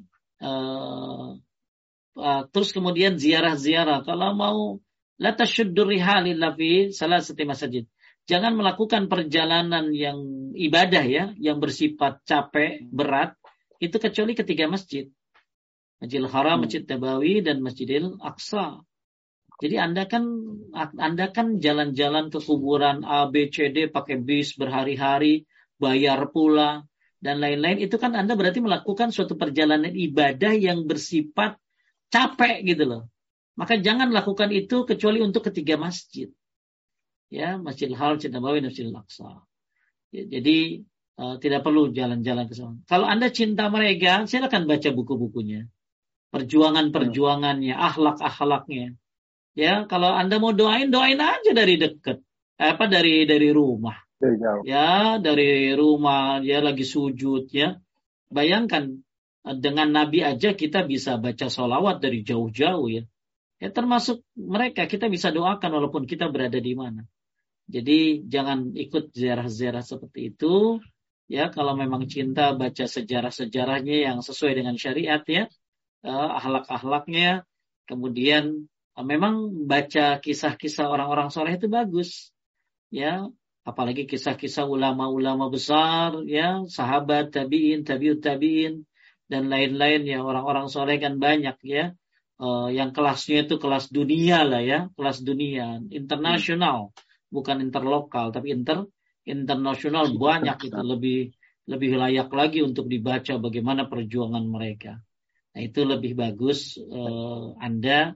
terus kemudian ziarah-ziarah. Kalau mau la tashuddur rihal illa fi salasati masajid. Jangan melakukan perjalanan yang ibadah ya, yang bersifat capek, berat, itu kecuali ketiga masjid. Masjidil Haram, Masjid Nabawi, dan Masjidil Aqsa. Jadi Anda kan jalan-jalan ke kuburan A, B, C, D pakai bis berhari-hari, bayar pula, dan lain-lain. Itu kan Anda berarti melakukan suatu perjalanan ibadah yang bersifat capek gitu loh. Maka jangan lakukan itu kecuali untuk ketiga masjid. Ya, Masjidil Haram, Masjid Nabawi, dan Masjidil Aqsa. Ya, jadi tidak perlu jalan-jalan ke sana. Kalau Anda cinta mereka, silakan baca buku-bukunya. Perjuangan-perjuangannya, akhlak-akhlaknya. Ya, kalau Anda mau doain aja dari dekat. Dari rumah. Ya, dari rumah ya lagi sujud ya. Bayangkan dengan Nabi aja kita bisa baca sholawat dari jauh-jauh ya. Ya termasuk mereka kita bisa doakan walaupun kita berada di mana. Jadi jangan ikut ziarah-ziarah seperti itu. Ya, kalau memang cinta baca sejarah-sejarahnya yang sesuai dengan syariat ya, akhlak-akhlaknya. Kemudian memang baca kisah-kisah orang-orang soleh itu bagus. Ya, apalagi kisah-kisah ulama-ulama besar ya, sahabat, tabi'in, tabi'ut tabi'in dan lain-lain ya, orang-orang soleh kan banyak ya. Yang kelasnya itu kelas dunia lah ya, kelas dunia, internasional. Bukan interlokal tapi internasional banyak, itu lebih layak lagi untuk dibaca bagaimana perjuangan mereka. Nah itu lebih bagus Anda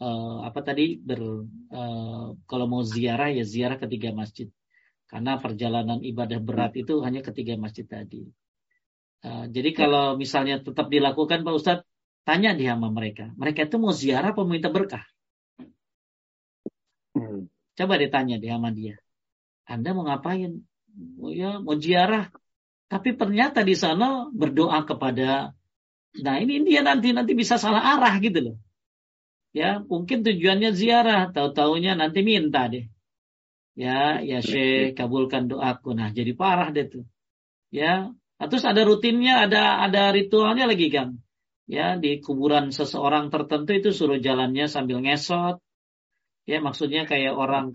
kalau mau ziarah ya ziarah ketiga masjid, karena perjalanan ibadah berat itu hanya ketiga masjid tadi. Jadi kalau misalnya tetap dilakukan Pak Ustadz, tanya dia sama mereka itu mau ziarah apa mau minta berkah. Coba ditanya dia sama dia. Anda mau ngapain? Oh ya, mau ziarah. Tapi ternyata di sana berdoa kepada. Nah ini dia nanti bisa salah arah gitu loh. Ya mungkin tujuannya ziarah, tahu-taunya nanti minta deh. Ya Syekh kabulkan doaku. Nah jadi parah deh tuh. Ya, terus ada rutinnya, ada ritualnya lagi kan. Ya di kuburan seseorang tertentu itu suruh jalannya sambil ngesot. Ya maksudnya kayak orang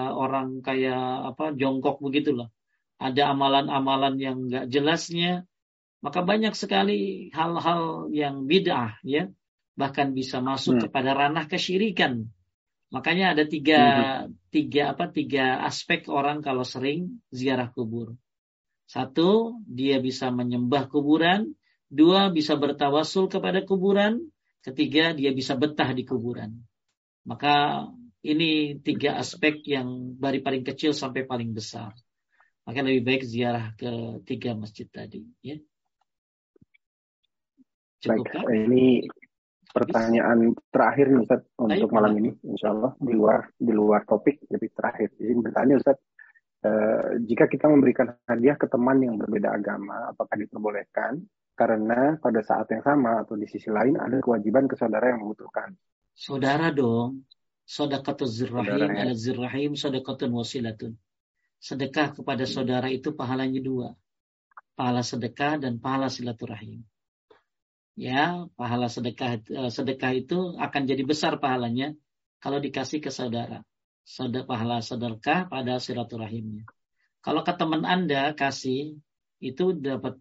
jongkok begitulah. Ada amalan-amalan yang enggak jelasnya. Maka banyak sekali hal-hal yang bid'ah ya. Bahkan bisa masuk kepada ranah kesyirikan. Makanya ada tiga aspek orang kalau sering ziarah kubur. Satu, dia bisa menyembah kuburan. Dua, bisa bertawasul kepada kuburan. Ketiga, dia bisa betah di kuburan. Maka ini tiga aspek yang dari paling kecil sampai paling besar. Maka lebih baik ziarah ke tiga masjid tadi. Ya.
Cukup, baik, ini pertanyaan terakhir nih Ustaz untuk malam ini, insya Allah di luar topik, jadi terakhir. Jadi bertanya Ustaz, jika kita memberikan hadiah ke teman yang berbeda agama, apakah diperbolehkan? Karena pada saat yang sama atau di sisi lain ada kewajiban ke saudara yang membutuhkan.
Saudara dong. Sadaqatul zirrahim ala zirrahim sadaqatun wasilatun. Sedekah kepada saudara itu pahalanya dua. Pahala sedekah dan pahala silaturahim. Ya, pahala sedekah itu akan jadi besar pahalanya kalau dikasih ke saudara. Pahala sedekah pada silaturahimnya. Kalau ke teman Anda kasih itu dapat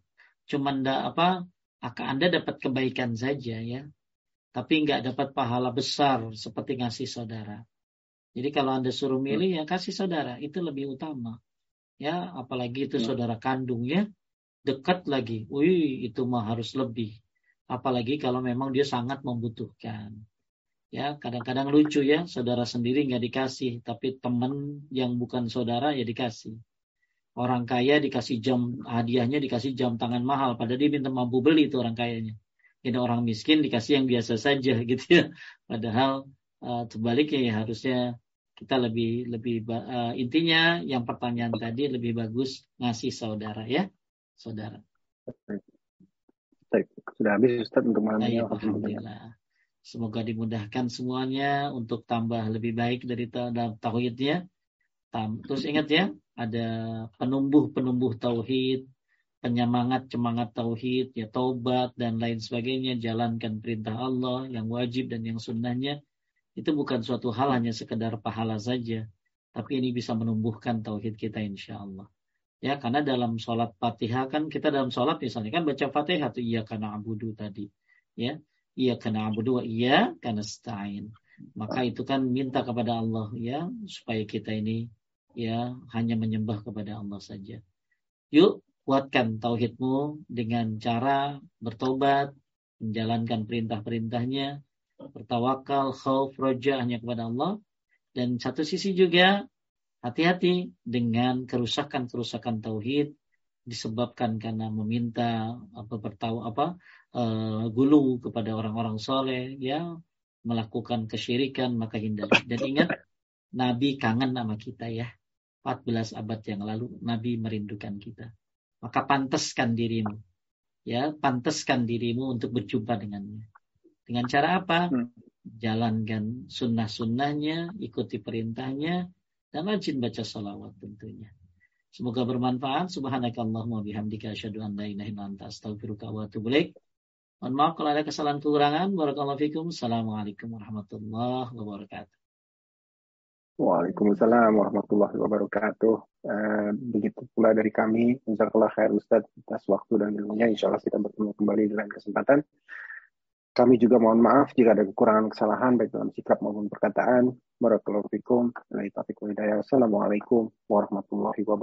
Anda dapat kebaikan saja ya. Tapi nggak dapat pahala besar seperti ngasih saudara. Jadi kalau Anda suruh milih ya kasih saudara, itu lebih utama. Ya, apalagi itu saudara kandung ya, dekat lagi. Itu mah harus lebih. Apalagi kalau memang dia sangat membutuhkan. Ya, kadang-kadang lucu ya, saudara sendiri nggak dikasih, tapi teman yang bukan saudara ya dikasih. Orang kaya dikasih jam, hadiahnya dikasih jam tangan mahal, padahal dia minta mampu beli itu orang kayanya. Ini orang miskin dikasih yang biasa saja gitu ya. Padahal sebaliknya ya harusnya kita intinya yang pertanyaan tadi lebih bagus ngasih saudara ya, saudara.
Baik, sudah habis Ustaz untuk malam ini.
Baik,
Alhamdulillah.
alhamdulillah. Semoga dimudahkan semuanya untuk tambah lebih baik dari dalam tauhidnya. Terus ingat ya, ada penumbuh tauhid, penyemangat tauhid, ya taubat dan lain sebagainya, jalankan perintah Allah yang wajib dan yang sunnahnya. Itu bukan suatu hal hanya sekedar pahala saja, tapi ini bisa menumbuhkan tauhid kita insya Allah. Ya, karena dalam sholat Fatihah kan kita dalam sholat misalnya kan baca Fatihah tuh iya karena abudu tadi, ya, iya karena abudu, iya karena stain. Maka itu kan minta kepada Allah ya supaya kita ini ya hanya menyembah kepada Allah saja. Yuk kuatkan tauhidmu dengan cara bertobat, menjalankan perintah-perintahnya, bertawakal, khauf, roja hanya kepada Allah. Dan satu sisi juga hati-hati dengan kerusakan tauhid disebabkan karena meminta gulu kepada orang-orang soleh, ya, melakukan kesyirikan, maka hindari. Dan ingat, Nabi kangen sama kita ya. 14 abad yang lalu Nabi merindukan kita. Maka pantaskan dirimu, ya, pantaskan dirimu untuk berjumpa dengannya. Dengan cara apa? Jalankan sunnah-sunnahnya, ikuti perintahnya, dan rajin baca salawat tentunya. Semoga bermanfaat. Subhanakallahumma bihamdika asyhadu an la ilaha illa anta astaghfiruka wa atubu ilaik. Mohon maaf kalau ada kesalahan kekurangan. Barakallahu fikum. Assalamualaikum warahmatullahi wabarakatuh.
Waalaikumsalam warahmatullahi wabarakatuh. Begitu pula dari kami. Jazakallah khair Ustaz atas waktu dan ilmunya. Insya Allah kita bertemu kembali di lain kesempatan. Kami juga mohon maaf jika ada kekurangan kesalahan baik dalam sikap maupun perkataan. Barakallahu fikum. Assalamualaikum warahmatullahi wabarakatuh.